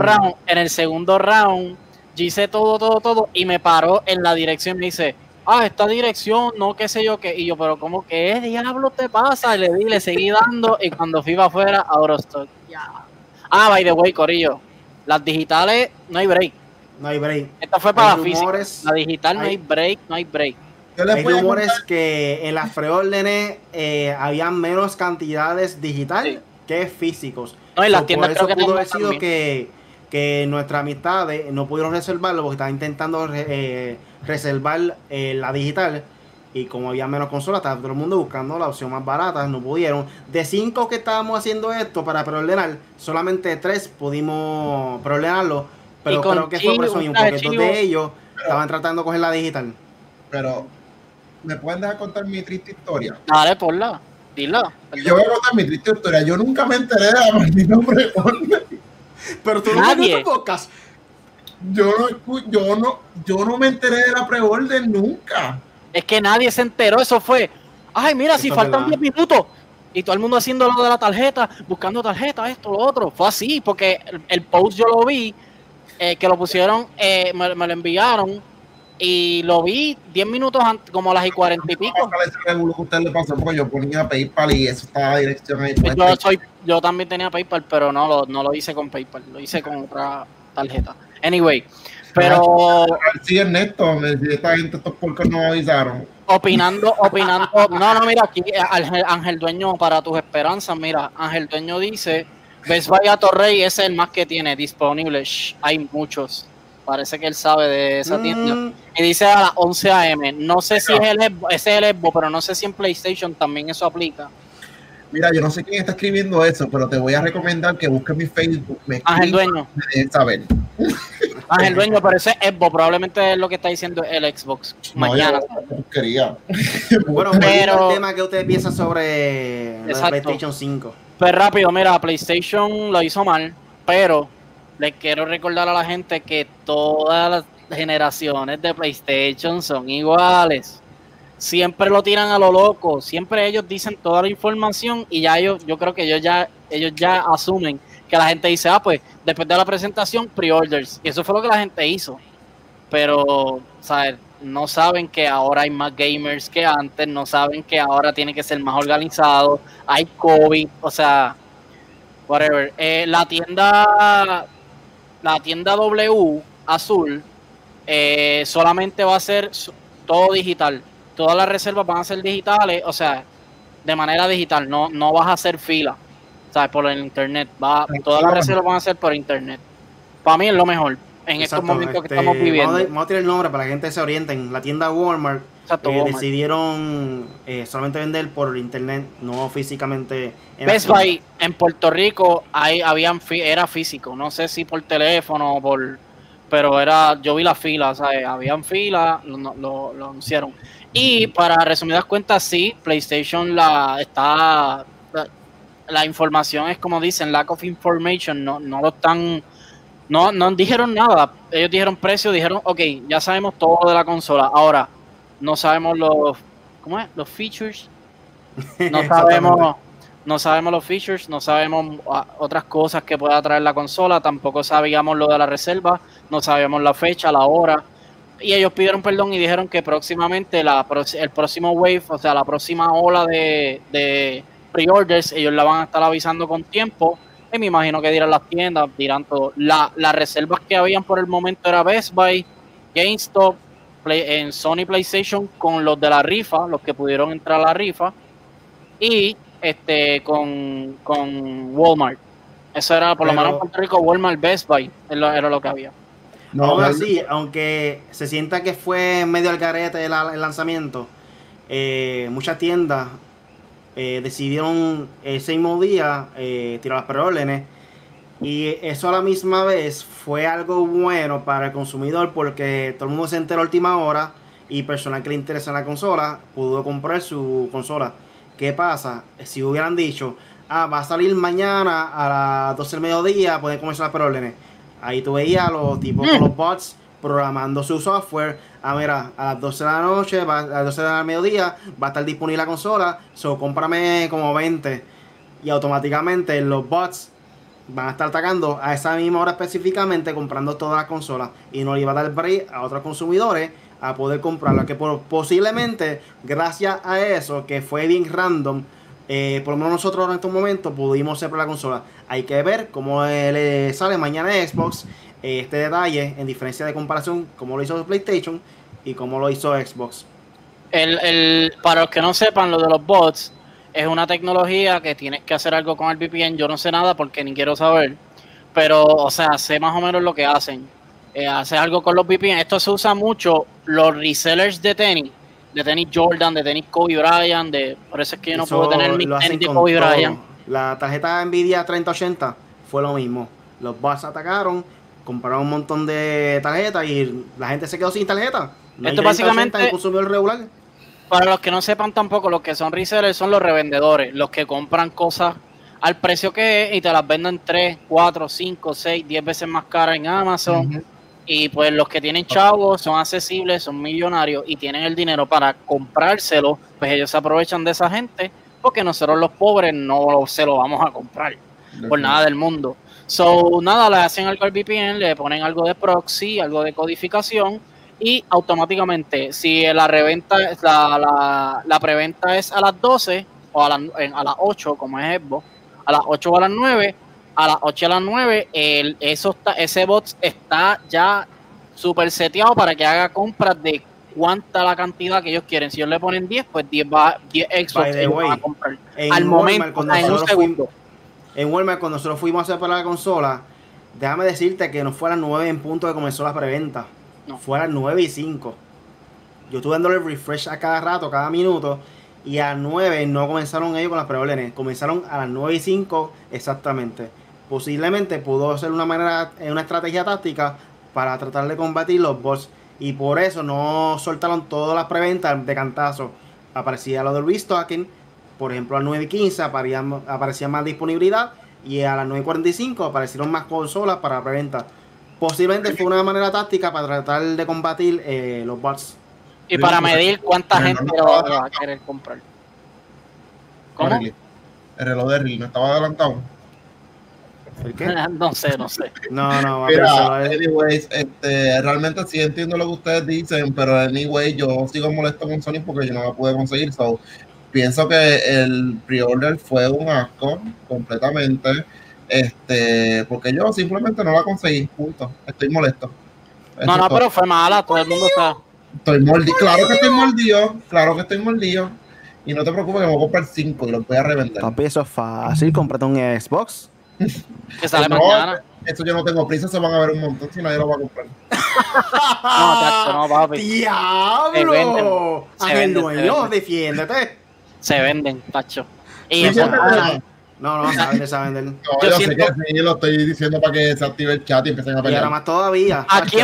round, yo hice todo, y me paró en la dirección y me dice, esta dirección, no qué sé yo qué. Y yo, pero ¿cómo que diablo te pasa? Y le seguí dando, y cuando fui para afuera, ahora estoy. By the way, corillo. Las digitales, no hay break. Esta fue para la física. La digital, no hay break. Hay rumores que en las preórdenes habían menos cantidades digitales que físicos. No, y las tiendas por eso creo que pudo haber sido que nuestras amistades no pudieron reservarlo porque estaban intentando reservar la digital. Y como había menos consolas, estaba todo el mundo buscando la opción más barata, no pudieron. De 5 que estábamos haciendo esto para preordenar, solamente 3 pudimos preordenarlo. Pero creo que fue por eso mismo, porque 2 de ellos estaban tratando de coger la digital. Pero, ¿me pueden dejar contar mi triste historia? Dale, ponla, dila. Yo voy a contar mi triste historia. Yo nunca me enteré de la maldita preorden. Pero tú no ves tu podcast. Yo no me enteré de la preorden nunca. Es que nadie se enteró, eso fue. Ay, si faltan 10 minutos. Y todo el mundo haciendo lo de la tarjeta, buscando tarjeta, esto, lo otro. Fue así, porque el post yo lo vi, que lo pusieron, me lo enviaron, y lo vi 10 minutos antes, como a las 40 y pico. Que usted le pasó porque yo ponía PayPal y eso estaba a dirección ahí. Yo también tenía PayPal, pero no lo hice con PayPal, lo hice con otra tarjeta. Anyway. Pero sí, Ernesto, esta gente, estos porcos no avisaron. Opinando. No, mira, aquí Ángel Dueño, para tus esperanzas, mira, Ángel Dueño dice, Best Buy a Torrey es el más que tiene disponible. Hay muchos. Parece que él sabe de esa tienda. Y dice a las 11 a.m. No sé si ese es el Xbox, pero no sé si en PlayStation también eso aplica. Mira, yo no sé quién está escribiendo eso, pero te voy a recomendar que busques mi Facebook. Ángel Dueño. Saber. Ángel Dueño, pero ese Xbox probablemente es lo que está diciendo el Xbox. Mañana. Quería. Bueno, pero el tema que usted piensa sobre la PlayStation 5. Pues rápido, mira, PlayStation lo hizo mal, pero les quiero recordar a la gente que todas las generaciones de PlayStation son iguales. Siempre lo tiran a lo loco, siempre ellos dicen toda la información y ya yo creo que ellos ya asumen que la gente dice, pues después de la presentación, pre-orders, y eso fue lo que la gente hizo, pero, ¿sabes? No saben que ahora hay más gamers que antes, no saben que ahora tiene que ser más organizado, hay COVID, o sea, whatever. La tienda W azul solamente va a ser todo digital. Todas las reservas van a ser digitales, o sea, de manera digital, no vas a hacer fila, ¿sabes? Por el internet. Todas las reservas van a ser por internet. Para mí es lo mejor en estos momentos que estamos viviendo. Vamos a tirar el nombre para que la gente se oriente. En la tienda Walmart, decidieron solamente vender por internet, no físicamente. Best Buy en Puerto Rico era físico, no sé si por teléfono o pero yo vi la fila, ¿sabes? Habían fila, lo anunciaron. Y para resumidas cuentas, sí, PlayStation la información es como dicen, lack of information, no dijeron nada. Ellos dijeron precio, dijeron, ok, ya sabemos todo de la consola. Ahora, no sabemos los features, No sabemos, no sabemos los features, no sabemos otras cosas que pueda traer la consola, tampoco sabíamos lo de la reserva, no sabíamos la fecha, la hora. Y ellos pidieron perdón y dijeron que próximamente el próximo wave, o sea, la próxima ola de pre-orders, ellos la van a estar avisando con tiempo. Y me imagino que dirán las tiendas, dirán todo. Las reservas que habían por el momento era Best Buy, GameStop, en Sony PlayStation con los de la rifa, los que pudieron entrar a la rifa, y con Walmart. Eso era, por lo menos en Puerto Rico, Walmart, Best Buy, era lo que había. No, aún así, aunque se sienta que fue medio al garete el lanzamiento, muchas tiendas decidieron ese mismo día tirar las preórdenes, y eso a la misma vez fue algo bueno para el consumidor porque todo el mundo se enteró a última hora y personal que le interesa la consola pudo comprar su consola. ¿Qué pasa? Si hubieran dicho, va a salir mañana a las 12 del mediodía, pueden comenzar las preórdenes. Ahí tú veías a los tipos con los bots programando su software. Mira, a las 12 de la noche, a las 12 de la mediodía va a estar disponible la consola, cómprame como 20. Y automáticamente los bots van a estar atacando a esa misma hora específicamente, comprando todas las consolas. Y no le iba a dar break a otros consumidores a poder comprarla. Que posiblemente, gracias a eso, que fue bien random, por lo menos nosotros en estos momentos pudimos comprar la consola. Hay que ver cómo le sale mañana a Xbox este detalle, en diferencia de comparación, cómo lo hizo PlayStation y cómo lo hizo Xbox. Para los que no sepan, lo de los bots es una tecnología que tienes que hacer algo con el VPN. Yo no sé nada porque ni quiero saber, pero, o sea, sé más o menos lo que hacen. Hacer algo con los VPN. Esto se usa mucho los resellers de tenis Jordan, de tenis Kobe Bryant, por eso es que yo no puedo tener mi tenis de Kobe Bryant. La tarjeta Nvidia 3080 fue lo mismo. Los bots atacaron, compraron un montón de tarjetas y la gente se quedó sin tarjeta. No esto básicamente en consumidor regular. Para los que no sepan tampoco, los que son resellers son los revendedores, los que compran cosas al precio que es y te las venden 3, 4, 5, 6, 10 veces más caras en Amazon. Y pues los que tienen chavos son accesibles, son millonarios y tienen el dinero para comprárselo, pues ellos se aprovechan de esa gente, porque nosotros los pobres no se lo vamos a comprar por nada del mundo. Nada, le hacen algo al VPN, le ponen algo de proxy, algo de codificación, y automáticamente, si la reventa, la preventa es a las 12 o a las 8, como es Xbox, a las 8 o a las 9, a las 8 a las 9, ese bot está ya super seteado para que haga compras de cuánta la cantidad que ellos quieren. Si ellos le ponen 10, pues 10 Xbox ellos van a comprar. Al momento, en un segundo. En Walmart, cuando nosotros fuimos a hacer para la consola, déjame decirte que no fue a las 9 en punto que comenzó la preventa. No. Fue a las 9 y 5. Yo estuve dándole refresh a cada rato, cada minuto. Y a 9 no comenzaron ellos con las preórdenes. Comenzaron a las 9 y 5 exactamente. Posiblemente pudo ser una estrategia táctica para tratar de combatir los bots. Y por eso no soltaron todas las preventas de cantazo. Aparecía lo del restocking. Por ejemplo, a las 9 y 15 aparecía más disponibilidad. Y a las 9 y 45 aparecieron más consolas para preventa. Posiblemente fue una manera táctica para tratar de combatir los bots. Y para medir cuánta gente lo va a querer comprar. ¿Cómo? El reloj de Reel no estaba adelantado. ¿El qué? No sé. No. Mira, anyways, realmente sí entiendo lo que ustedes dicen, pero anyway, yo sigo molesto con Sony porque yo no la pude conseguir. Pienso que el pre-order fue un asco completamente. Porque yo simplemente no la conseguí, punto. Estoy molesto. No, pero fue mala, todo el mundo está. Estoy mordido, claro que estoy mordido. Y no te preocupes que me voy a comprar 5 y los voy a revender. Papi, eso es fácil, cómprate un Xbox. Que sale mañana. Eso yo no tengo prisa, se van a ver un montón si nadie lo va a comprar. No, papi. ¡Diablo! Ángel Dueño, defiéndete. Se venden, tacho. Y no, saben. Yo sé que sí, lo estoy diciendo para que se active el chat y empiecen a pelear. Y ahora más todavía. Aquí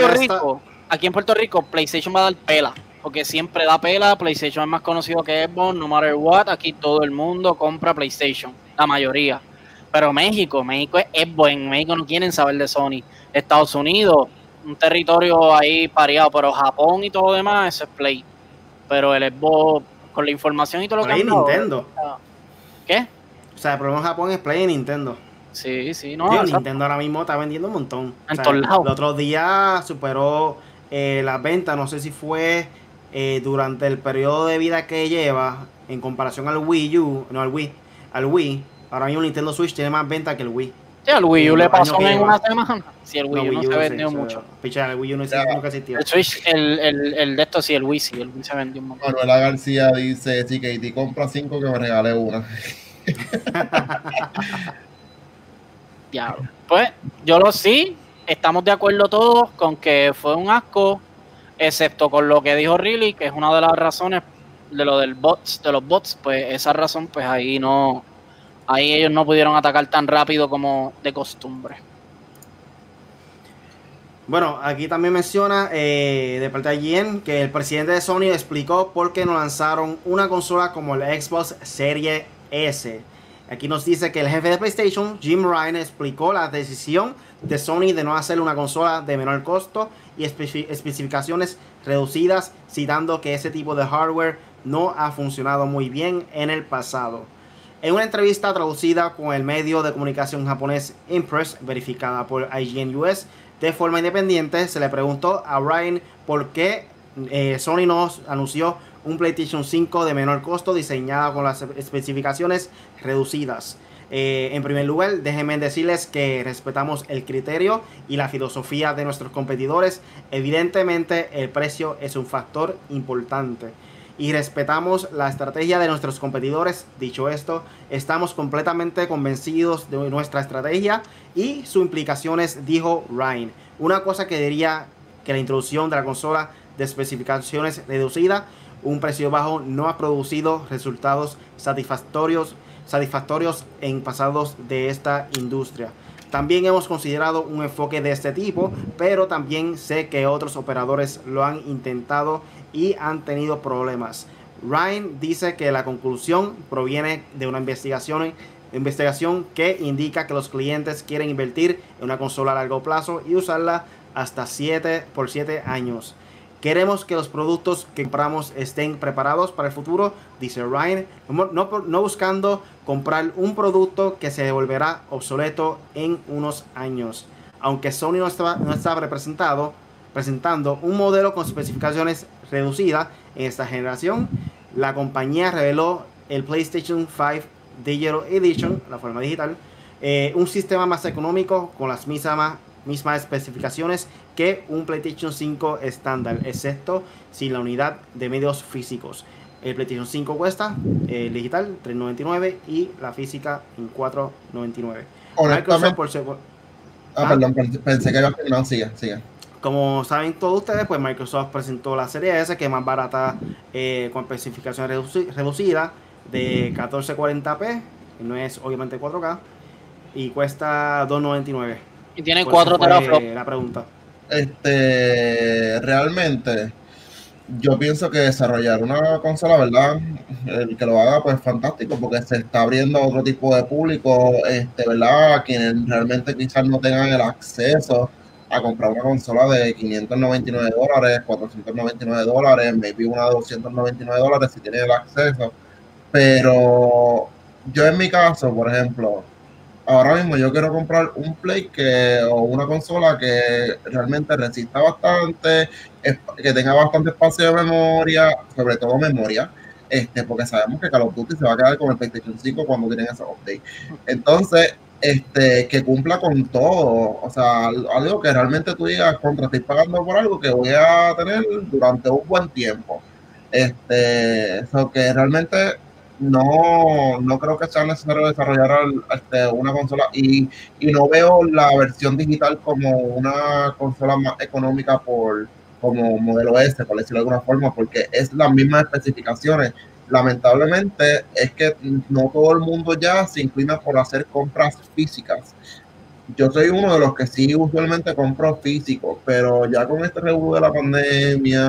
en Puerto Rico, PlayStation va a dar pela, porque siempre da pela. PlayStation es más conocido que Xbox, no matter what. Aquí todo el mundo compra PlayStation, la mayoría. Pero México es Xbox. En México no quieren saber de Sony. Estados Unidos, un territorio ahí pareado, pero Japón y todo lo demás, eso es Play. Pero el Xbox con la información y todo lo que Play han dado, Nintendo. ¿Qué? O sea, el problema en Japón es Play y Nintendo. Sí, no. Tío, Exacto. Nintendo ahora mismo está vendiendo un montón. En todos lados. El otro día superó las ventas, no sé si fue durante el periodo de vida que lleva en comparación al Wii U, no al Wii. Ahora mismo Nintendo Switch tiene más ventas que el Wii. Sí, al Wii U le pasó en lleva. una semana. Sí, el Wii U no se sí, vendió sí, mucho. Picha, el Wii U nunca existió. El Switch, el de esto sí, el Wii se vendió un montón. Manuela García dice, si Katie compra 5 que me regale una. Diablo. Pues sí, estamos de acuerdo todos con que fue un asco, excepto con lo que dijo Riley, que es una de las razones de lo de los bots, pues esa razón, pues ahí ellos no pudieron atacar tan rápido como de costumbre. Bueno, aquí también menciona de parte de IGN que el presidente de Sony explicó por qué no lanzaron una consola como la Xbox Series S. Aquí nos dice que el jefe de PlayStation, Jim Ryan, explicó la decisión de Sony de no hacer una consola de menor costo y especificaciones reducidas, citando que ese tipo de hardware no ha funcionado muy bien en el pasado. En una entrevista traducida con el medio de comunicación japonés Impress, verificada por IGN US, de forma independiente, se le preguntó a Ryan por qué Sony no anunció un PlayStation 5 de menor costo diseñada con las especificaciones reducidas. En primer lugar, déjenme decirles que respetamos el criterio y la filosofía de nuestros competidores. Evidentemente, el precio es un factor importante y respetamos la estrategia de nuestros competidores. Dicho esto, estamos completamente convencidos de nuestra estrategia y sus implicaciones, dijo Ryan. Una cosa que diría que la introducción de la consola de especificaciones reducidas, un precio bajo, no ha producido resultados satisfactorios en pasados de esta industria. También hemos considerado un enfoque de este tipo, pero también sé que otros operadores lo han intentado y han tenido problemas. Ryan dice que la conclusión proviene de una investigación que indica que los clientes quieren invertir en una consola a largo plazo y usarla hasta 7 años. Queremos que los productos que compramos estén preparados para el futuro, dice Ryan, no buscando comprar un producto que se volverá obsoleto en unos años. Aunque Sony no estaba presentando un modelo con especificaciones reducidas en esta generación, la compañía reveló el PlayStation 5 Digital Edition, la forma digital, un sistema más económico con las mismas especificaciones que un PlayStation 5 estándar, excepto sin la unidad de medios físicos. El PlayStation 5 cuesta el digital $399 y la física en $499. Honestamente, perdón, pensé que había terminado. Sigue. Como saben todos ustedes, pues Microsoft presentó la serie S, que es más barata, con especificaciones reducidas, de 1440p, no es obviamente 4K, y cuesta $299. Y tiene 4 teraflops. La pregunta. Realmente, yo pienso que desarrollar una consola, ¿verdad? El que lo haga, pues fantástico, porque se está abriendo a otro tipo de público, ¿verdad? Quienes realmente quizás no tengan el acceso a comprar una consola de $599, $499, maybe una de $299 si tienen el acceso. Pero yo en mi caso, por ejemplo, ahora mismo yo quiero comprar un Play o una consola que realmente resista bastante, que tenga bastante espacio de memoria, sobre todo memoria, porque sabemos que Call of Duty se va a quedar con el PlayStation 5 cuando tienen ese update. Entonces, que cumpla con todo, o sea, algo que realmente tú digas, contra, estoy pagando por algo que voy a tener durante un buen tiempo. So que realmente no creo que sea necesario desarrollar una consola y no veo la versión digital como una consola más económica como modelo S, por decirlo de alguna forma, porque es las mismas especificaciones. Lamentablemente es que no todo el mundo ya se inclina por hacer compras físicas. Yo soy uno de los que sí usualmente compro físico, pero ya con este revuelo de la pandemia,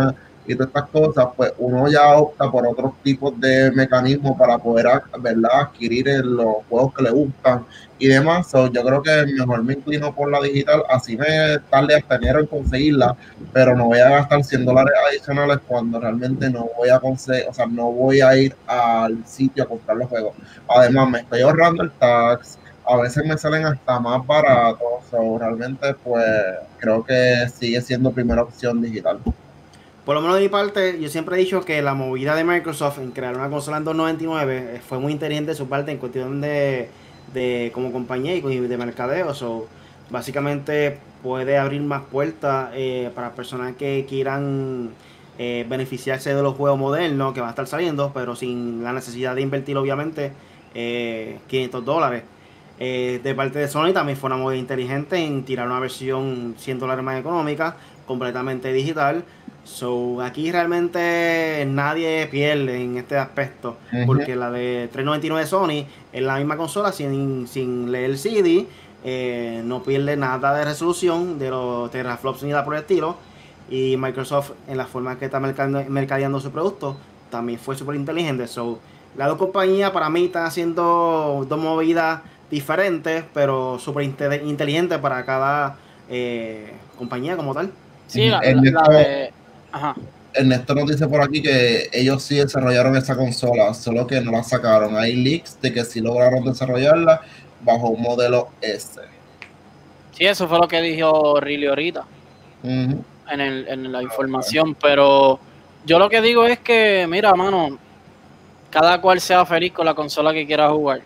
y todas estas cosas, pues uno ya opta por otros tipos de mecanismos para poder, ¿verdad?, adquirir los juegos que le gustan y demás. So, yo creo que mejor me inclino por la digital, así me tarde hasta enero en conseguirla, pero no voy a gastar $100 adicionales cuando realmente no voy a conseguir, o sea, no voy a ir al sitio a comprar los juegos. Además, me estoy ahorrando el tax, a veces me salen hasta más baratos, so, realmente pues creo que sigue siendo primera opción digital. Por lo menos de mi parte, yo siempre he dicho que la movida de Microsoft en crear una consola en 299 fue muy inteligente de su parte en cuestión de como compañía y de mercadeo. So, básicamente puede abrir más puertas para personas que quieran beneficiarse de los juegos modernos que van a estar saliendo, pero sin la necesidad de invertir obviamente $500. De parte de Sony también fue una movida inteligente en tirar una versión $100 más económica, completamente digital. So, aquí realmente nadie pierde en este aspecto, porque la de 399 de Sony es la misma consola sin leer el CD, no pierde nada de resolución de los teraflops ni nada por el estilo, y Microsoft en la forma que está mercadeando su producto también fue súper inteligente. So, las dos compañías para mí están haciendo dos movidas diferentes, pero súper inteligentes para cada compañía como tal. Sí, la de... Ajá. Ernesto nos dice por aquí que ellos sí desarrollaron esa consola, solo que no la sacaron. Hay leaks de que sí lograron desarrollarla bajo un modelo S. Sí, eso fue lo que dijo Riley ahorita en la información, pero yo lo que digo es que, mira, mano, cada cual sea feliz con la consola que quiera jugar.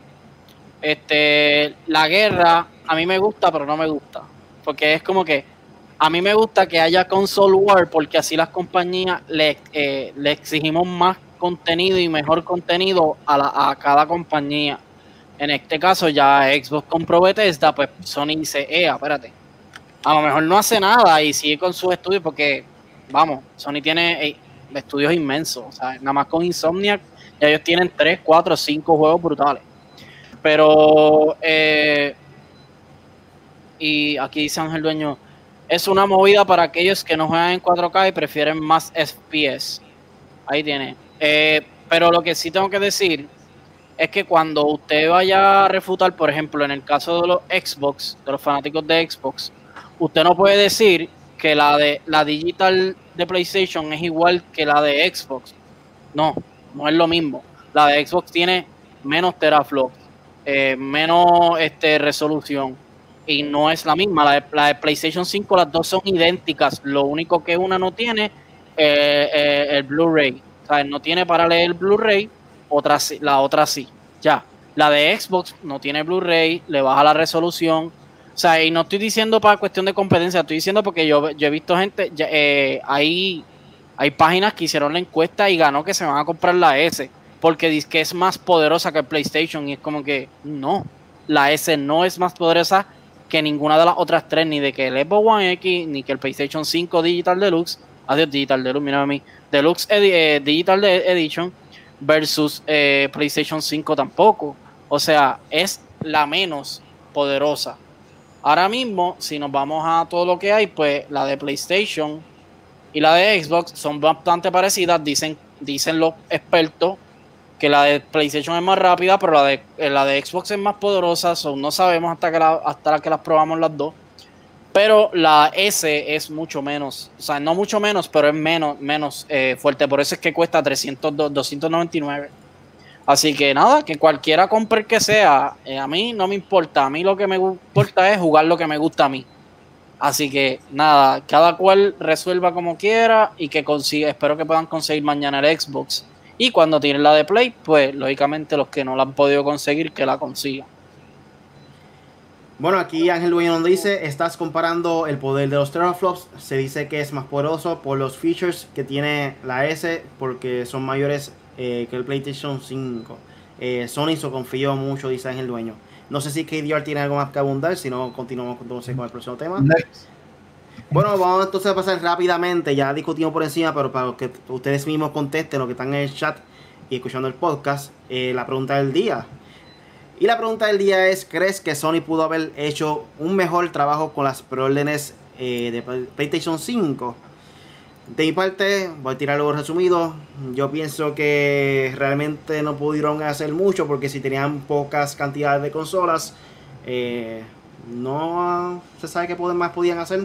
La guerra a mí me gusta, pero no me gusta, porque es como que a mí me gusta que haya console war, porque así las compañías le exigimos más contenido y mejor contenido a cada compañía. En este caso ya Xbox compró Bethesda, pues Sony dice, espérate, a lo mejor no hace nada y sigue con sus estudios, porque vamos, Sony tiene estudios inmensos, o sea, nada más con Insomniac ya ellos tienen 3, 4, 5 juegos brutales. Pero y aquí dice Ángel Dueño, es una movida para aquellos que no juegan en 4K y prefieren más FPS. Ahí tiene. Pero lo que sí tengo que decir es que cuando usted vaya a refutar, por ejemplo, en el caso de los Xbox, de los fanáticos de Xbox, usted no puede decir que la digital de PlayStation es igual que la de Xbox. No es lo mismo. La de Xbox tiene menos teraflops, menos resolución. Y no es la misma. La de PlayStation 5, las dos son idénticas. Lo único que una no tiene el Blu-ray. O sea, no tiene para leer el Blu-ray, la otra sí. Ya. La de Xbox no tiene Blu-ray, le baja la resolución. O sea, y no estoy diciendo para cuestión de competencia, estoy diciendo porque yo he visto gente, hay páginas que hicieron la encuesta y ganó que se van a comprar la S, porque dice que es más poderosa que el PlayStation, y es como que no, la S no es más poderosa que ninguna de las otras tres, ni de que el Xbox One X, ni que el PlayStation 5 Digital Deluxe, Digital Deluxe, mira a mí, Deluxe Digital Edition versus PlayStation 5 tampoco. O sea, es la menos poderosa. Ahora mismo, si nos vamos a todo lo que hay, pues la de PlayStation y la de Xbox son bastante parecidas, dicen los expertos que la de PlayStation es más rápida, pero la de Xbox es más poderosa, no sabemos hasta que las probamos las dos. Pero la S es mucho menos, o sea, no mucho menos, pero es menos fuerte. Por eso es que cuesta $299. Así que nada, que cualquiera compre el que sea, a mí no me importa. A mí lo que me importa es jugar lo que me gusta a mí. Así que nada, cada cual resuelva como quiera y que consiga. Espero que puedan conseguir mañana el Xbox. Y cuando tienen la de Play, pues lógicamente los que no la han podido conseguir, que la consigan. Bueno, aquí Ángel Dueño nos dice, estás comparando el poder de los teraflops, se dice que es más poderoso por los features que tiene la S, porque son mayores que el PlayStation 5. Sony se confió mucho, dice Ángel Dueño. No sé si KDR tiene algo más que abundar, si no continuamos entonces con el próximo tema. Next. Bueno, vamos entonces a pasar rápidamente, ya discutimos por encima, pero para que ustedes mismos contesten, los que están en el chat y escuchando el podcast, la pregunta del día. Y la pregunta del día es, ¿crees que Sony pudo haber hecho un mejor trabajo con las preórdenes de PlayStation 5? De mi parte, voy a tirar algo resumido. Yo pienso que realmente no pudieron hacer mucho porque si tenían pocas cantidades de consolas, no se sabe qué más podían hacer.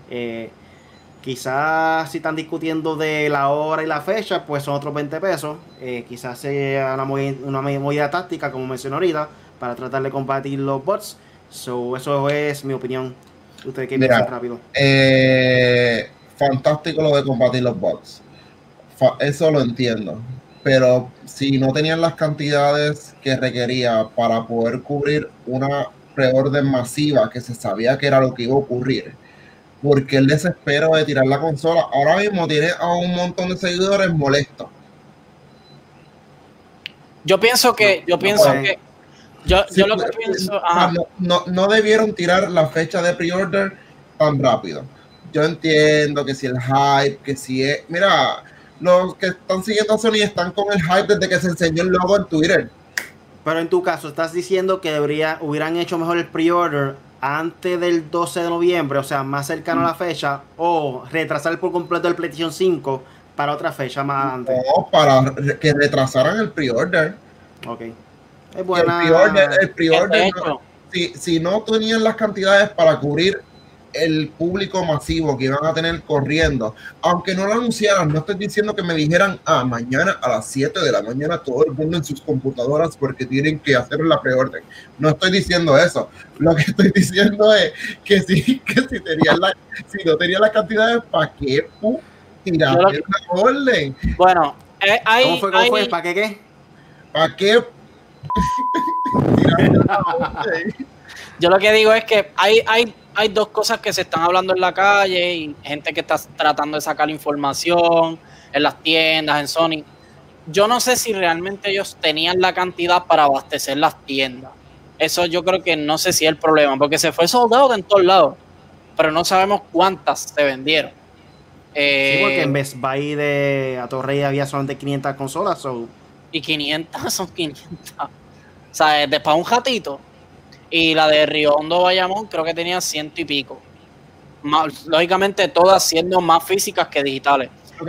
Quizás si están discutiendo de la hora y la fecha, pues son otros 20 pesos. Quizás sea una movida táctica, como mencioné ahorita, para tratar de combatir los bots. Eso es mi opinión. ¿Ustedes qué piensan rápido? Fantástico lo de combatir los bots. Eso lo entiendo. Pero si no tenían las cantidades que requería para poder cubrir una preorden masiva que se sabía que era lo que iba a ocurrir, porque el desespero de tirar la consola ahora mismo tiene a un montón de seguidores molestos. Yo pienso que yo lo que pienso, no debieron tirar la fecha de pre-order tan rápido. Yo entiendo que si el hype, que si es, mira, los que están siguiendo a Sony están con el hype desde que se enseñó el logo en Twitter. Pero en tu caso, estás diciendo que hubieran hecho mejor el pre-order antes del 12 de noviembre, o sea, más cercano a la fecha, o retrasar por completo el PlayStation 5 para otra fecha más adelante. No, para que retrasaran el pre-order. Ok. Es buena. El pre-order si no tenían las cantidades para cubrir el público masivo que iban a tener corriendo, aunque no lo anunciaran, no estoy diciendo que me dijeran mañana a las 7 de la mañana todo el mundo en sus computadoras porque tienen que hacer la preorden. No estoy diciendo eso. Lo que estoy diciendo es que si no tenían las cantidades, ¿para qué tirar una orden? Bueno, ¿Cómo fue? ¿Para qué? ¿Para qué? Yo lo que digo es que hay dos cosas que se están hablando en la calle y gente que está tratando de sacar información en las tiendas, en Sony. Yo no sé si realmente ellos tenían la cantidad para abastecer las tiendas. Eso yo creo que no sé si es el problema, porque se fue soldado en todos lados, pero no sabemos cuántas se vendieron. Sí, porque en Best Buy de Atorrey había solamente 500 consolas. Y 500 son 500. O sea, de para un ratito. Y la de Río Hondo Bayamón creo que tenía 100 y pico. Lógicamente todas siendo más físicas que digitales. Lo que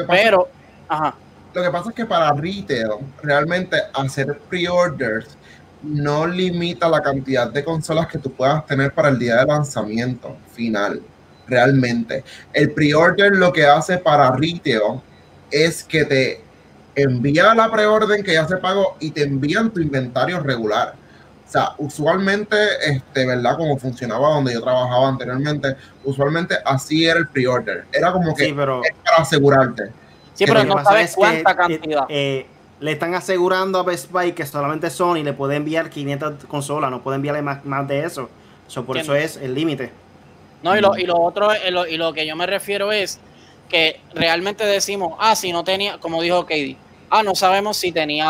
pasa es que para retail, realmente hacer pre-orders no limita la cantidad de consolas que tú puedas tener para el día de lanzamiento final. Realmente. El pre-order lo que hace para retail es que te envía la preorden que ya se pagó y te envían tu inventario regular. O sea, usualmente, ¿verdad? Como funcionaba donde yo trabajaba anteriormente, usualmente así era el pre-order. Era como que es para asegurarte. Sí, pero no sabes cuánta cantidad. Le están asegurando a Best Buy que solamente Sony le puede enviar 500 consolas, no puede enviarle más de eso. Por eso es el límite. No, y lo otro, y lo que yo me refiero es que realmente decimos, si no tenía, como dijo Katie, no sabemos si tenía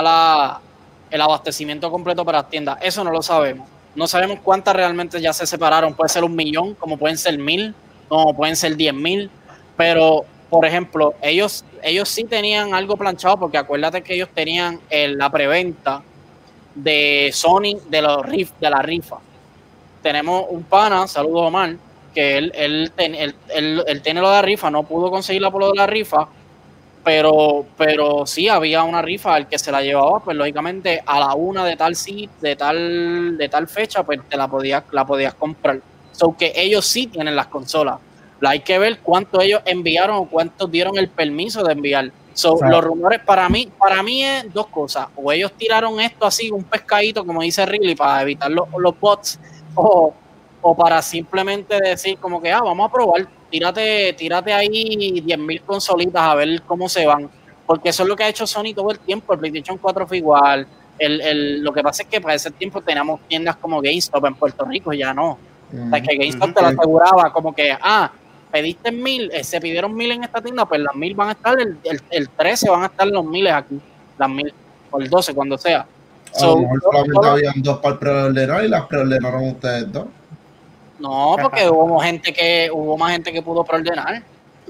el abastecimiento completo para las tiendas. Eso no lo sabemos. No sabemos cuántas realmente ya se separaron. Puede ser 1 millón, como pueden ser 1000, como pueden ser 10,000. Pero, por ejemplo, ellos sí tenían algo planchado, porque acuérdate que ellos tenían la preventa de Sony de la rifa. Tenemos un pana, saludos Omar, que él tiene lo de la rifa, no pudo conseguirla por lo de la rifa, pero sí había una rifa, al que se la llevaba, pues lógicamente a la 1 de tal fecha, pues te la podías comprar. So que ellos sí tienen las consolas. Hay que ver cuánto ellos enviaron o cuántos dieron el permiso de enviar. Los rumores para mí es dos cosas. O ellos tiraron esto así, un pescadito, como dice Riley, para evitar los bots, o para simplemente decir como que vamos a probar. Tírate ahí 10,000 consolitas a ver cómo se van, porque eso es lo que ha hecho Sony todo el tiempo. El PlayStation 4 fue igual. Lo que pasa es que para ese tiempo teníamos tiendas como GameStop en Puerto Rico, ya no. O sea, que GameStop te lo aseguraba como que, pediste 1,000, se pidieron 1,000 en esta tienda, pues las 1,000 van a estar, el 13 van a estar los 1,000 aquí, las 1,000, o el 12, cuando sea. A lo mejor solamente habían 2 para el preordenar y las preordenaron ustedes 2. No, porque hubo más gente que pudo preordenar.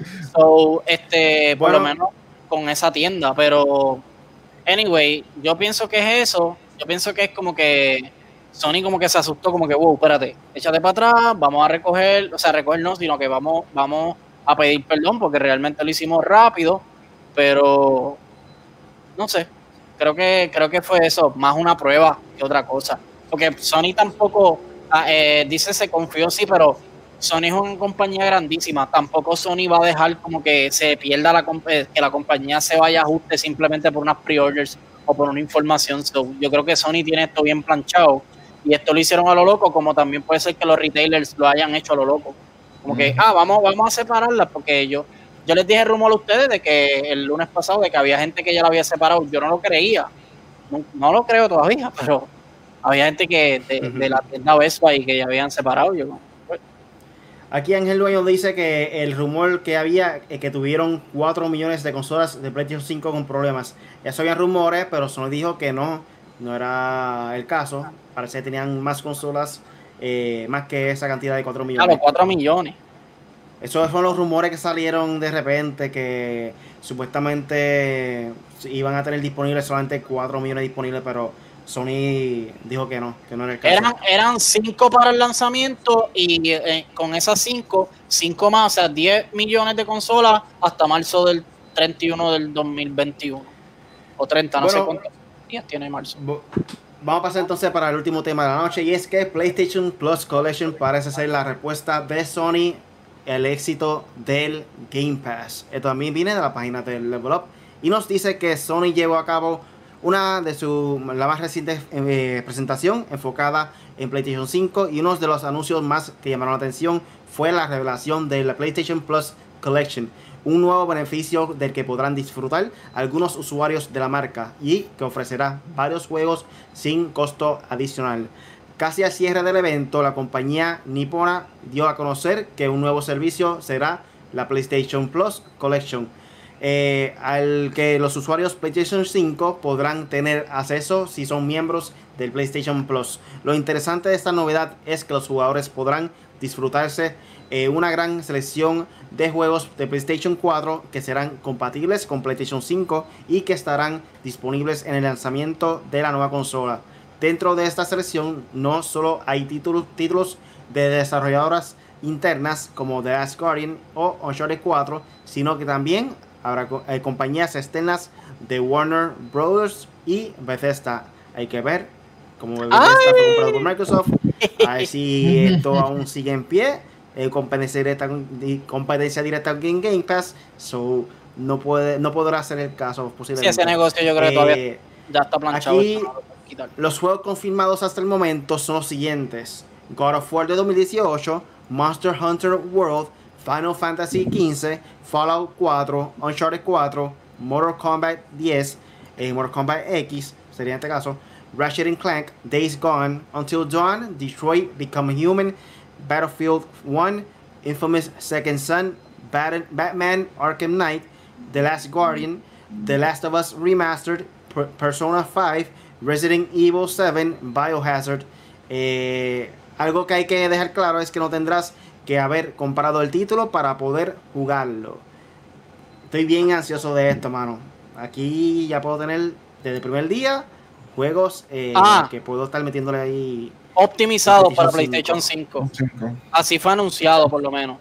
Por lo menos con esa tienda. Pero, anyway, yo pienso que es eso. Yo pienso que es como que Sony como que se asustó, como que, espérate, échate para atrás, vamos a recoger no, sino que vamos a pedir perdón porque realmente lo hicimos rápido, pero no sé, creo que fue eso, más una prueba que otra cosa, porque Sony tampoco, dice se confió, sí, pero Sony es una compañía grandísima, tampoco Sony va a dejar como que se pierda que la compañía se vaya a ajuste simplemente por unas pre-orders o por una información. So, yo creo que Sony tiene esto bien planchado y esto lo hicieron a lo loco, como también puede ser que los retailers lo hayan hecho a lo loco, como que vamos a separarlas, porque yo les dije el rumor a ustedes de que el lunes pasado de que había gente que ya la había separado. Yo no lo creía, no lo creo todavía, pero había gente que de la tienda Best Buy que ya habían separado. Aquí Ángel Dueño dice que el rumor que había, que tuvieron 4 millones de consolas de PlayStation 5 con problemas. Eso había rumores, pero Sony dijo que no era el caso. Parece que tenían más consolas, más que esa cantidad de 4 millones. Claro, 4 millones. Esos fueron los rumores que salieron de repente, que supuestamente iban a tener disponibles solamente 4 millones disponibles, pero Sony dijo que no era el caso. Eran 5 para el lanzamiento y con esas 5 más, o sea, 10 millones de consolas hasta marzo del 31 del 2021. O 30, no sé cuántos días tiene marzo. Vamos a pasar entonces para el último tema de la noche, y es que PlayStation Plus Collection parece ser la respuesta de Sony el éxito del Game Pass. Esto también viene de la página de Level Up y nos dice que Sony llevó a cabo una de la más reciente presentación enfocada en PlayStation 5, y uno de los anuncios más que llamaron la atención fue la revelación de la PlayStation Plus Collection, un nuevo beneficio del que podrán disfrutar algunos usuarios de la marca y que ofrecerá varios juegos sin costo adicional. Casi al cierre del evento, la compañía nipona dio a conocer que un nuevo servicio será la PlayStation Plus Collection, al que los usuarios PlayStation 5 podrán tener acceso si son miembros del PlayStation Plus. Lo interesante de esta novedad es que los jugadores podrán disfrutarse una gran selección de juegos de PlayStation 4 que serán compatibles con PlayStation 5 y que estarán disponibles en el lanzamiento de la nueva consola. Dentro de esta selección no solo hay títulos de desarrolladoras internas como The Last Guardian o Uncharted 4, sino que también habrá compañías externas de Warner Brothers y Bethesda. Hay que ver cómo Bethesda fue comprado por Microsoft, a ver si esto aún sigue en pie. Competencia directa en Game Pass, so no podrá ser el caso posiblemente. Sí, ese negocio yo creo que todavía ya está planchado. Aquí, los juegos confirmados hasta el momento son los siguientes: God of War de 2018, Monster Hunter World, Final Fantasy XV, Fallout 4, Uncharted 4, Mortal Kombat 10, Mortal Kombat X sería en este caso, Ratchet & Clank, Days Gone, Until Dawn, Detroit Become Human, Battlefield 1, Infamous Second Son, Batman Arkham Knight, The Last Guardian, The Last of Us Remastered, Persona 5, Resident Evil 7, Biohazard. Algo que hay que dejar claro es que no tendrás que haber comprado el título para poder jugarlo. Estoy bien ansioso de esto, mano. Aquí ya puedo tener desde el primer día juegos que puedo estar metiéndole ahí optimizado para PlayStation 5. Así fue anunciado, por lo menos.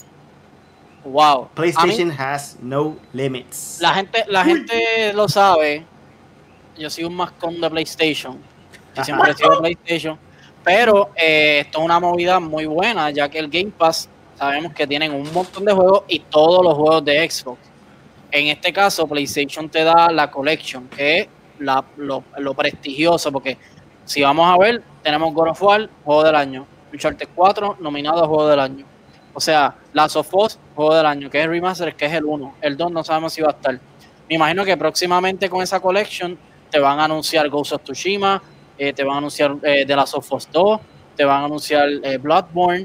Wow. PlayStation has no limits. La gente lo sabe. Yo soy un mascón de PlayStation. Yo siempre he sido PlayStation. Pero esto es una movida muy buena, ya que el Game Pass sabemos que tienen un montón de juegos y todos los juegos de Xbox. En este caso, PlayStation te da la Collection, que es lo prestigioso, porque si vamos a ver, tenemos God of War, Juego del Año, Uncharted 4, nominado a Juego del Año. O sea, Last of Us, Juego del Año, que es el Remaster, que es el 1. El 2 no sabemos si va a estar. Me imagino que próximamente con esa Collection te van a anunciar Ghost of Tsushima, te van a anunciar The Last of Us 2, te van a anunciar Bloodborne,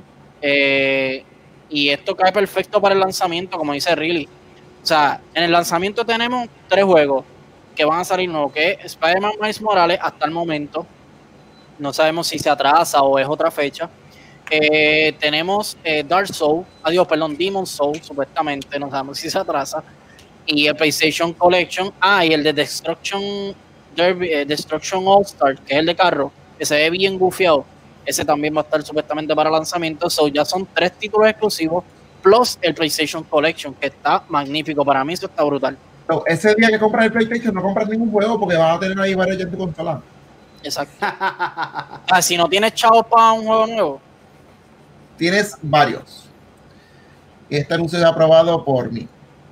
y esto cae perfecto para el lanzamiento, como dice Riley. O sea, en el lanzamiento tenemos 3 juegos que van a salir nuevos, que es Spider-Man Miles Morales hasta el momento. No sabemos si se atrasa o es otra fecha. Tenemos Demon's Souls, supuestamente, no sabemos si se atrasa. Y el PlayStation Collection. Y el de Destruction All Star, que es el de carro, que se ve bien gufiado. Ese también va a estar supuestamente para lanzamiento. So, ya son 3 títulos exclusivos plus el PlayStation Collection, que está magnífico. Para mí eso está brutal. No, ese día que compras el PlayStation no compras ningún juego porque vas a tener ahí varios ya en tu consola. Exacto. Si no tienes chavos para un juego nuevo. Tienes varios. Y este anuncio es aprobado por mí.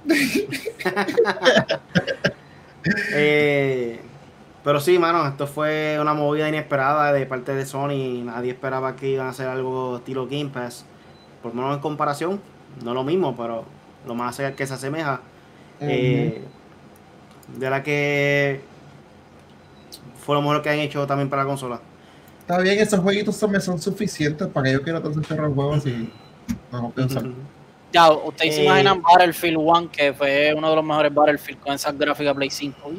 Pero sí, mano, esto fue una movida inesperada de parte de Sony. Nadie esperaba que iban a hacer algo estilo Game Pass. Por lo menos en comparación, no lo mismo, pero lo más que se asemeja. De la que fue lo mejor que han hecho también para la consola. Está bien, esos jueguitos me son suficientes para que yo quiera entonces cerrar el juego así. No pensar. Ya, ustedes se imaginan Battlefield 1, que fue uno de los mejores Battlefield con esas gráficas Play 5.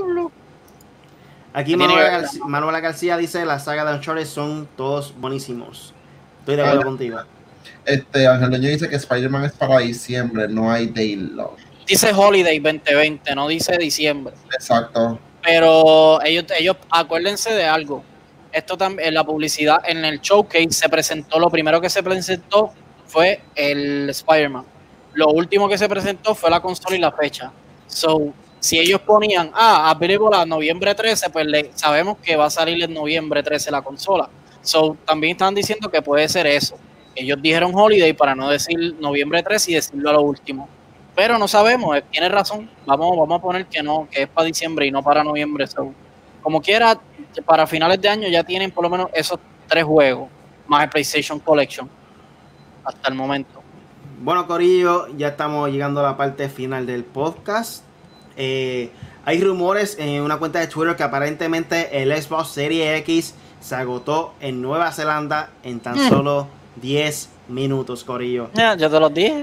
Aquí Manuela García dice: la saga de Uncharted son todos buenísimos. Estoy de acuerdo contigo. Ángel Leño dice que Spider-Man es para diciembre, no hay day long. Dice Holiday 2020, no dice diciembre. Exacto. Pero ellos acuérdense de algo. Esto también, en la publicidad, en el showcase se presentó, lo primero que se presentó fue el Spider-Man. Lo último que se presentó fue la consola y la fecha. So, si ellos ponían, available a noviembre 13, pues sabemos que va a salir en noviembre 13 la consola. So, también están diciendo que puede ser eso. Ellos dijeron Holiday para no decir noviembre 13 y decirlo a lo último. Pero no sabemos, tiene razón. Vamos a poner que no, que es para diciembre y no para noviembre. So, como quiera, para finales de año ya tienen por lo menos esos 3 juegos, más el PlayStation Collection, hasta el momento. Bueno, corillo, ya estamos llegando a la parte final del podcast. Hay rumores en una cuenta de Twitter que aparentemente el Xbox Series X se agotó en Nueva Zelanda en tan solo 10 minutos, corillo. Ya te los dije.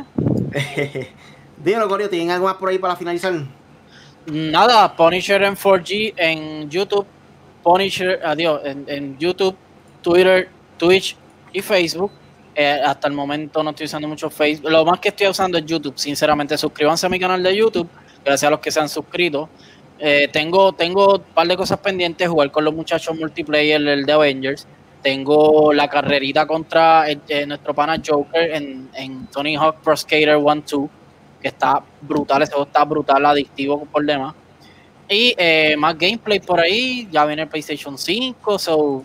Dímelo, corillo, ¿tienen algo más por ahí para finalizar? Nada, Punisher en 4G en YouTube, Punisher, en YouTube, Twitter, Twitch y Facebook. Hasta el momento no estoy usando mucho Facebook. Lo más que estoy usando es YouTube. Sinceramente, suscríbanse a mi canal de YouTube. Gracias a los que se han suscrito. Tengo un par de cosas pendientes. Jugar con los muchachos multiplayer, el de Avengers. Tengo la carrerita contra nuestro pana Joker en Tony Hawk Pro Skater 1-2. Que está brutal. Ese juego está brutal, adictivo por demás. Y más gameplay por ahí. Ya viene el PlayStation 5. So,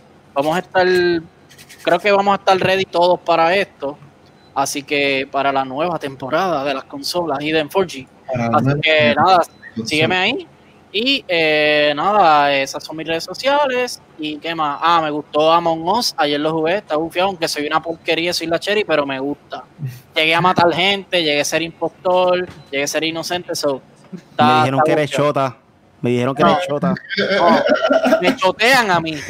creo que vamos a estar ready todos para esto. Así que para la nueva temporada de las consolas y de 4G. Así que nada, sígueme ahí. Y nada, esas son mis redes sociales. ¿Y qué más? Me gustó Among Us. Ayer lo jugué, está bufiado, aunque soy una porquería, soy la cherry, pero me gusta. Llegué a matar gente, llegué a ser impostor, llegué a ser inocente. Me dijeron que eres chota. Me dijeron que eres chota. No, me chotean a mí.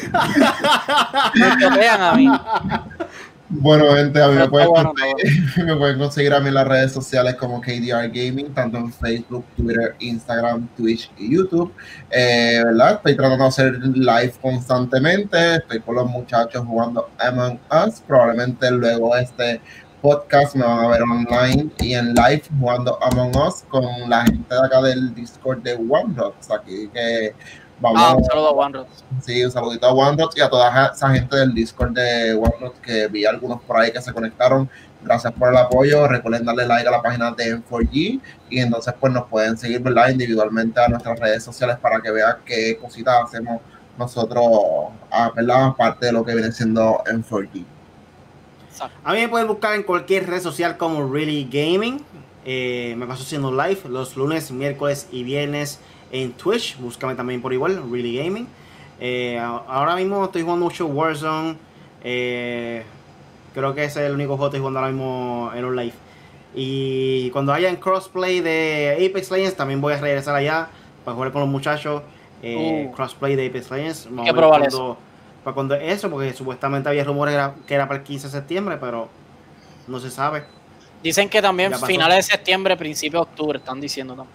Bueno, gente, a mí me pueden conseguir a mí en las redes sociales como KDR Gaming, tanto en Facebook, Twitter, Instagram, Twitch y YouTube. ¿Verdad? Estoy tratando de hacer live constantemente. Estoy con los muchachos jugando Among Us. Probablemente luego este podcast me van a ver online y en live jugando Among Us con la gente de acá del Discord de OneRods. Aquí que vamos. Un saludo a OneRods. Sí, un saludito a OneRods y a toda esa gente del Discord de OneRods que vi algunos por ahí que se conectaron. Gracias por el apoyo. Recuerden darle like a la página de M4G y entonces pues nos pueden seguir, ¿verdad?, individualmente a nuestras redes sociales para que vean qué cositas hacemos nosotros, ¿verdad?, aparte de lo que viene siendo M4G. A mí me pueden buscar en cualquier red social como Really Gaming. Me paso haciendo live los lunes, miércoles y viernes en Twitch. Búscame también por igual, Really Gaming. Ahora mismo estoy jugando mucho Warzone. Creo que ese es el único juego que estoy jugando ahora mismo en un live. Y cuando haya en crossplay de Apex Legends, también voy a regresar allá para jugar con los muchachos. Crossplay de Apex Legends. Hay que probar eso. Para cuando eso, porque supuestamente había rumores que era para el 15 de septiembre, pero no se sabe. Dicen que también finales de septiembre, principios de octubre, están diciendo también.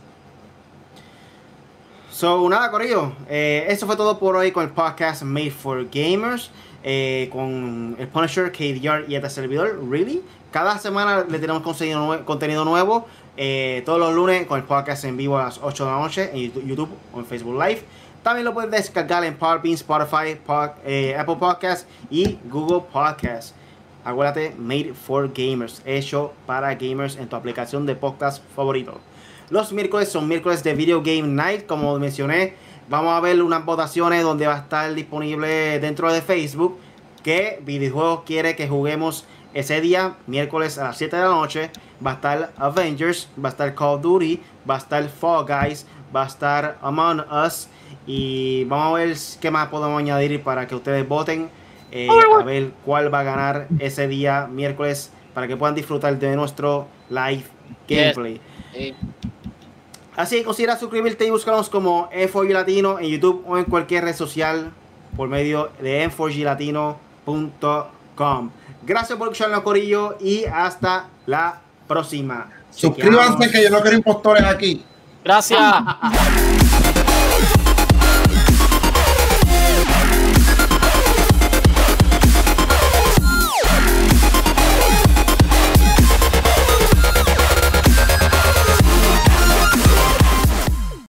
So, nada, corillo. Eso fue todo por hoy con el podcast Made for Gamers. Con el Punisher, KDR y este servidor, Really. Cada semana le tenemos contenido nuevo. Todos los lunes con el podcast en vivo a las 8 de la noche en YouTube o en Facebook Live. También lo puedes descargar en Podbean, Spotify, Apple Podcasts y Google Podcasts. Acuérdate, Made for Gamers, hecho para gamers en tu aplicación de podcast favorito. Los miércoles son miércoles de Video Game Night, como mencioné. Vamos a ver unas votaciones donde va a estar disponible dentro de Facebook qué videojuegos quiere que juguemos ese día, miércoles a las 7 de la noche. Va a estar Avengers, va a estar Call of Duty, va a estar Fall Guys, va a estar Among Us. Y vamos a ver qué más podemos añadir para que ustedes voten. A ver cuál va a ganar ese día, miércoles, para que puedan disfrutar de nuestro live gameplay. Yes. Así que considera suscribirte y búscanos como M4G Latino en YouTube o en cualquier red social por medio de m4glatino.com. Gracias por escucharnos, corillo, y hasta la próxima. Suscríbanse, que yo no quiero impostores aquí. Gracias.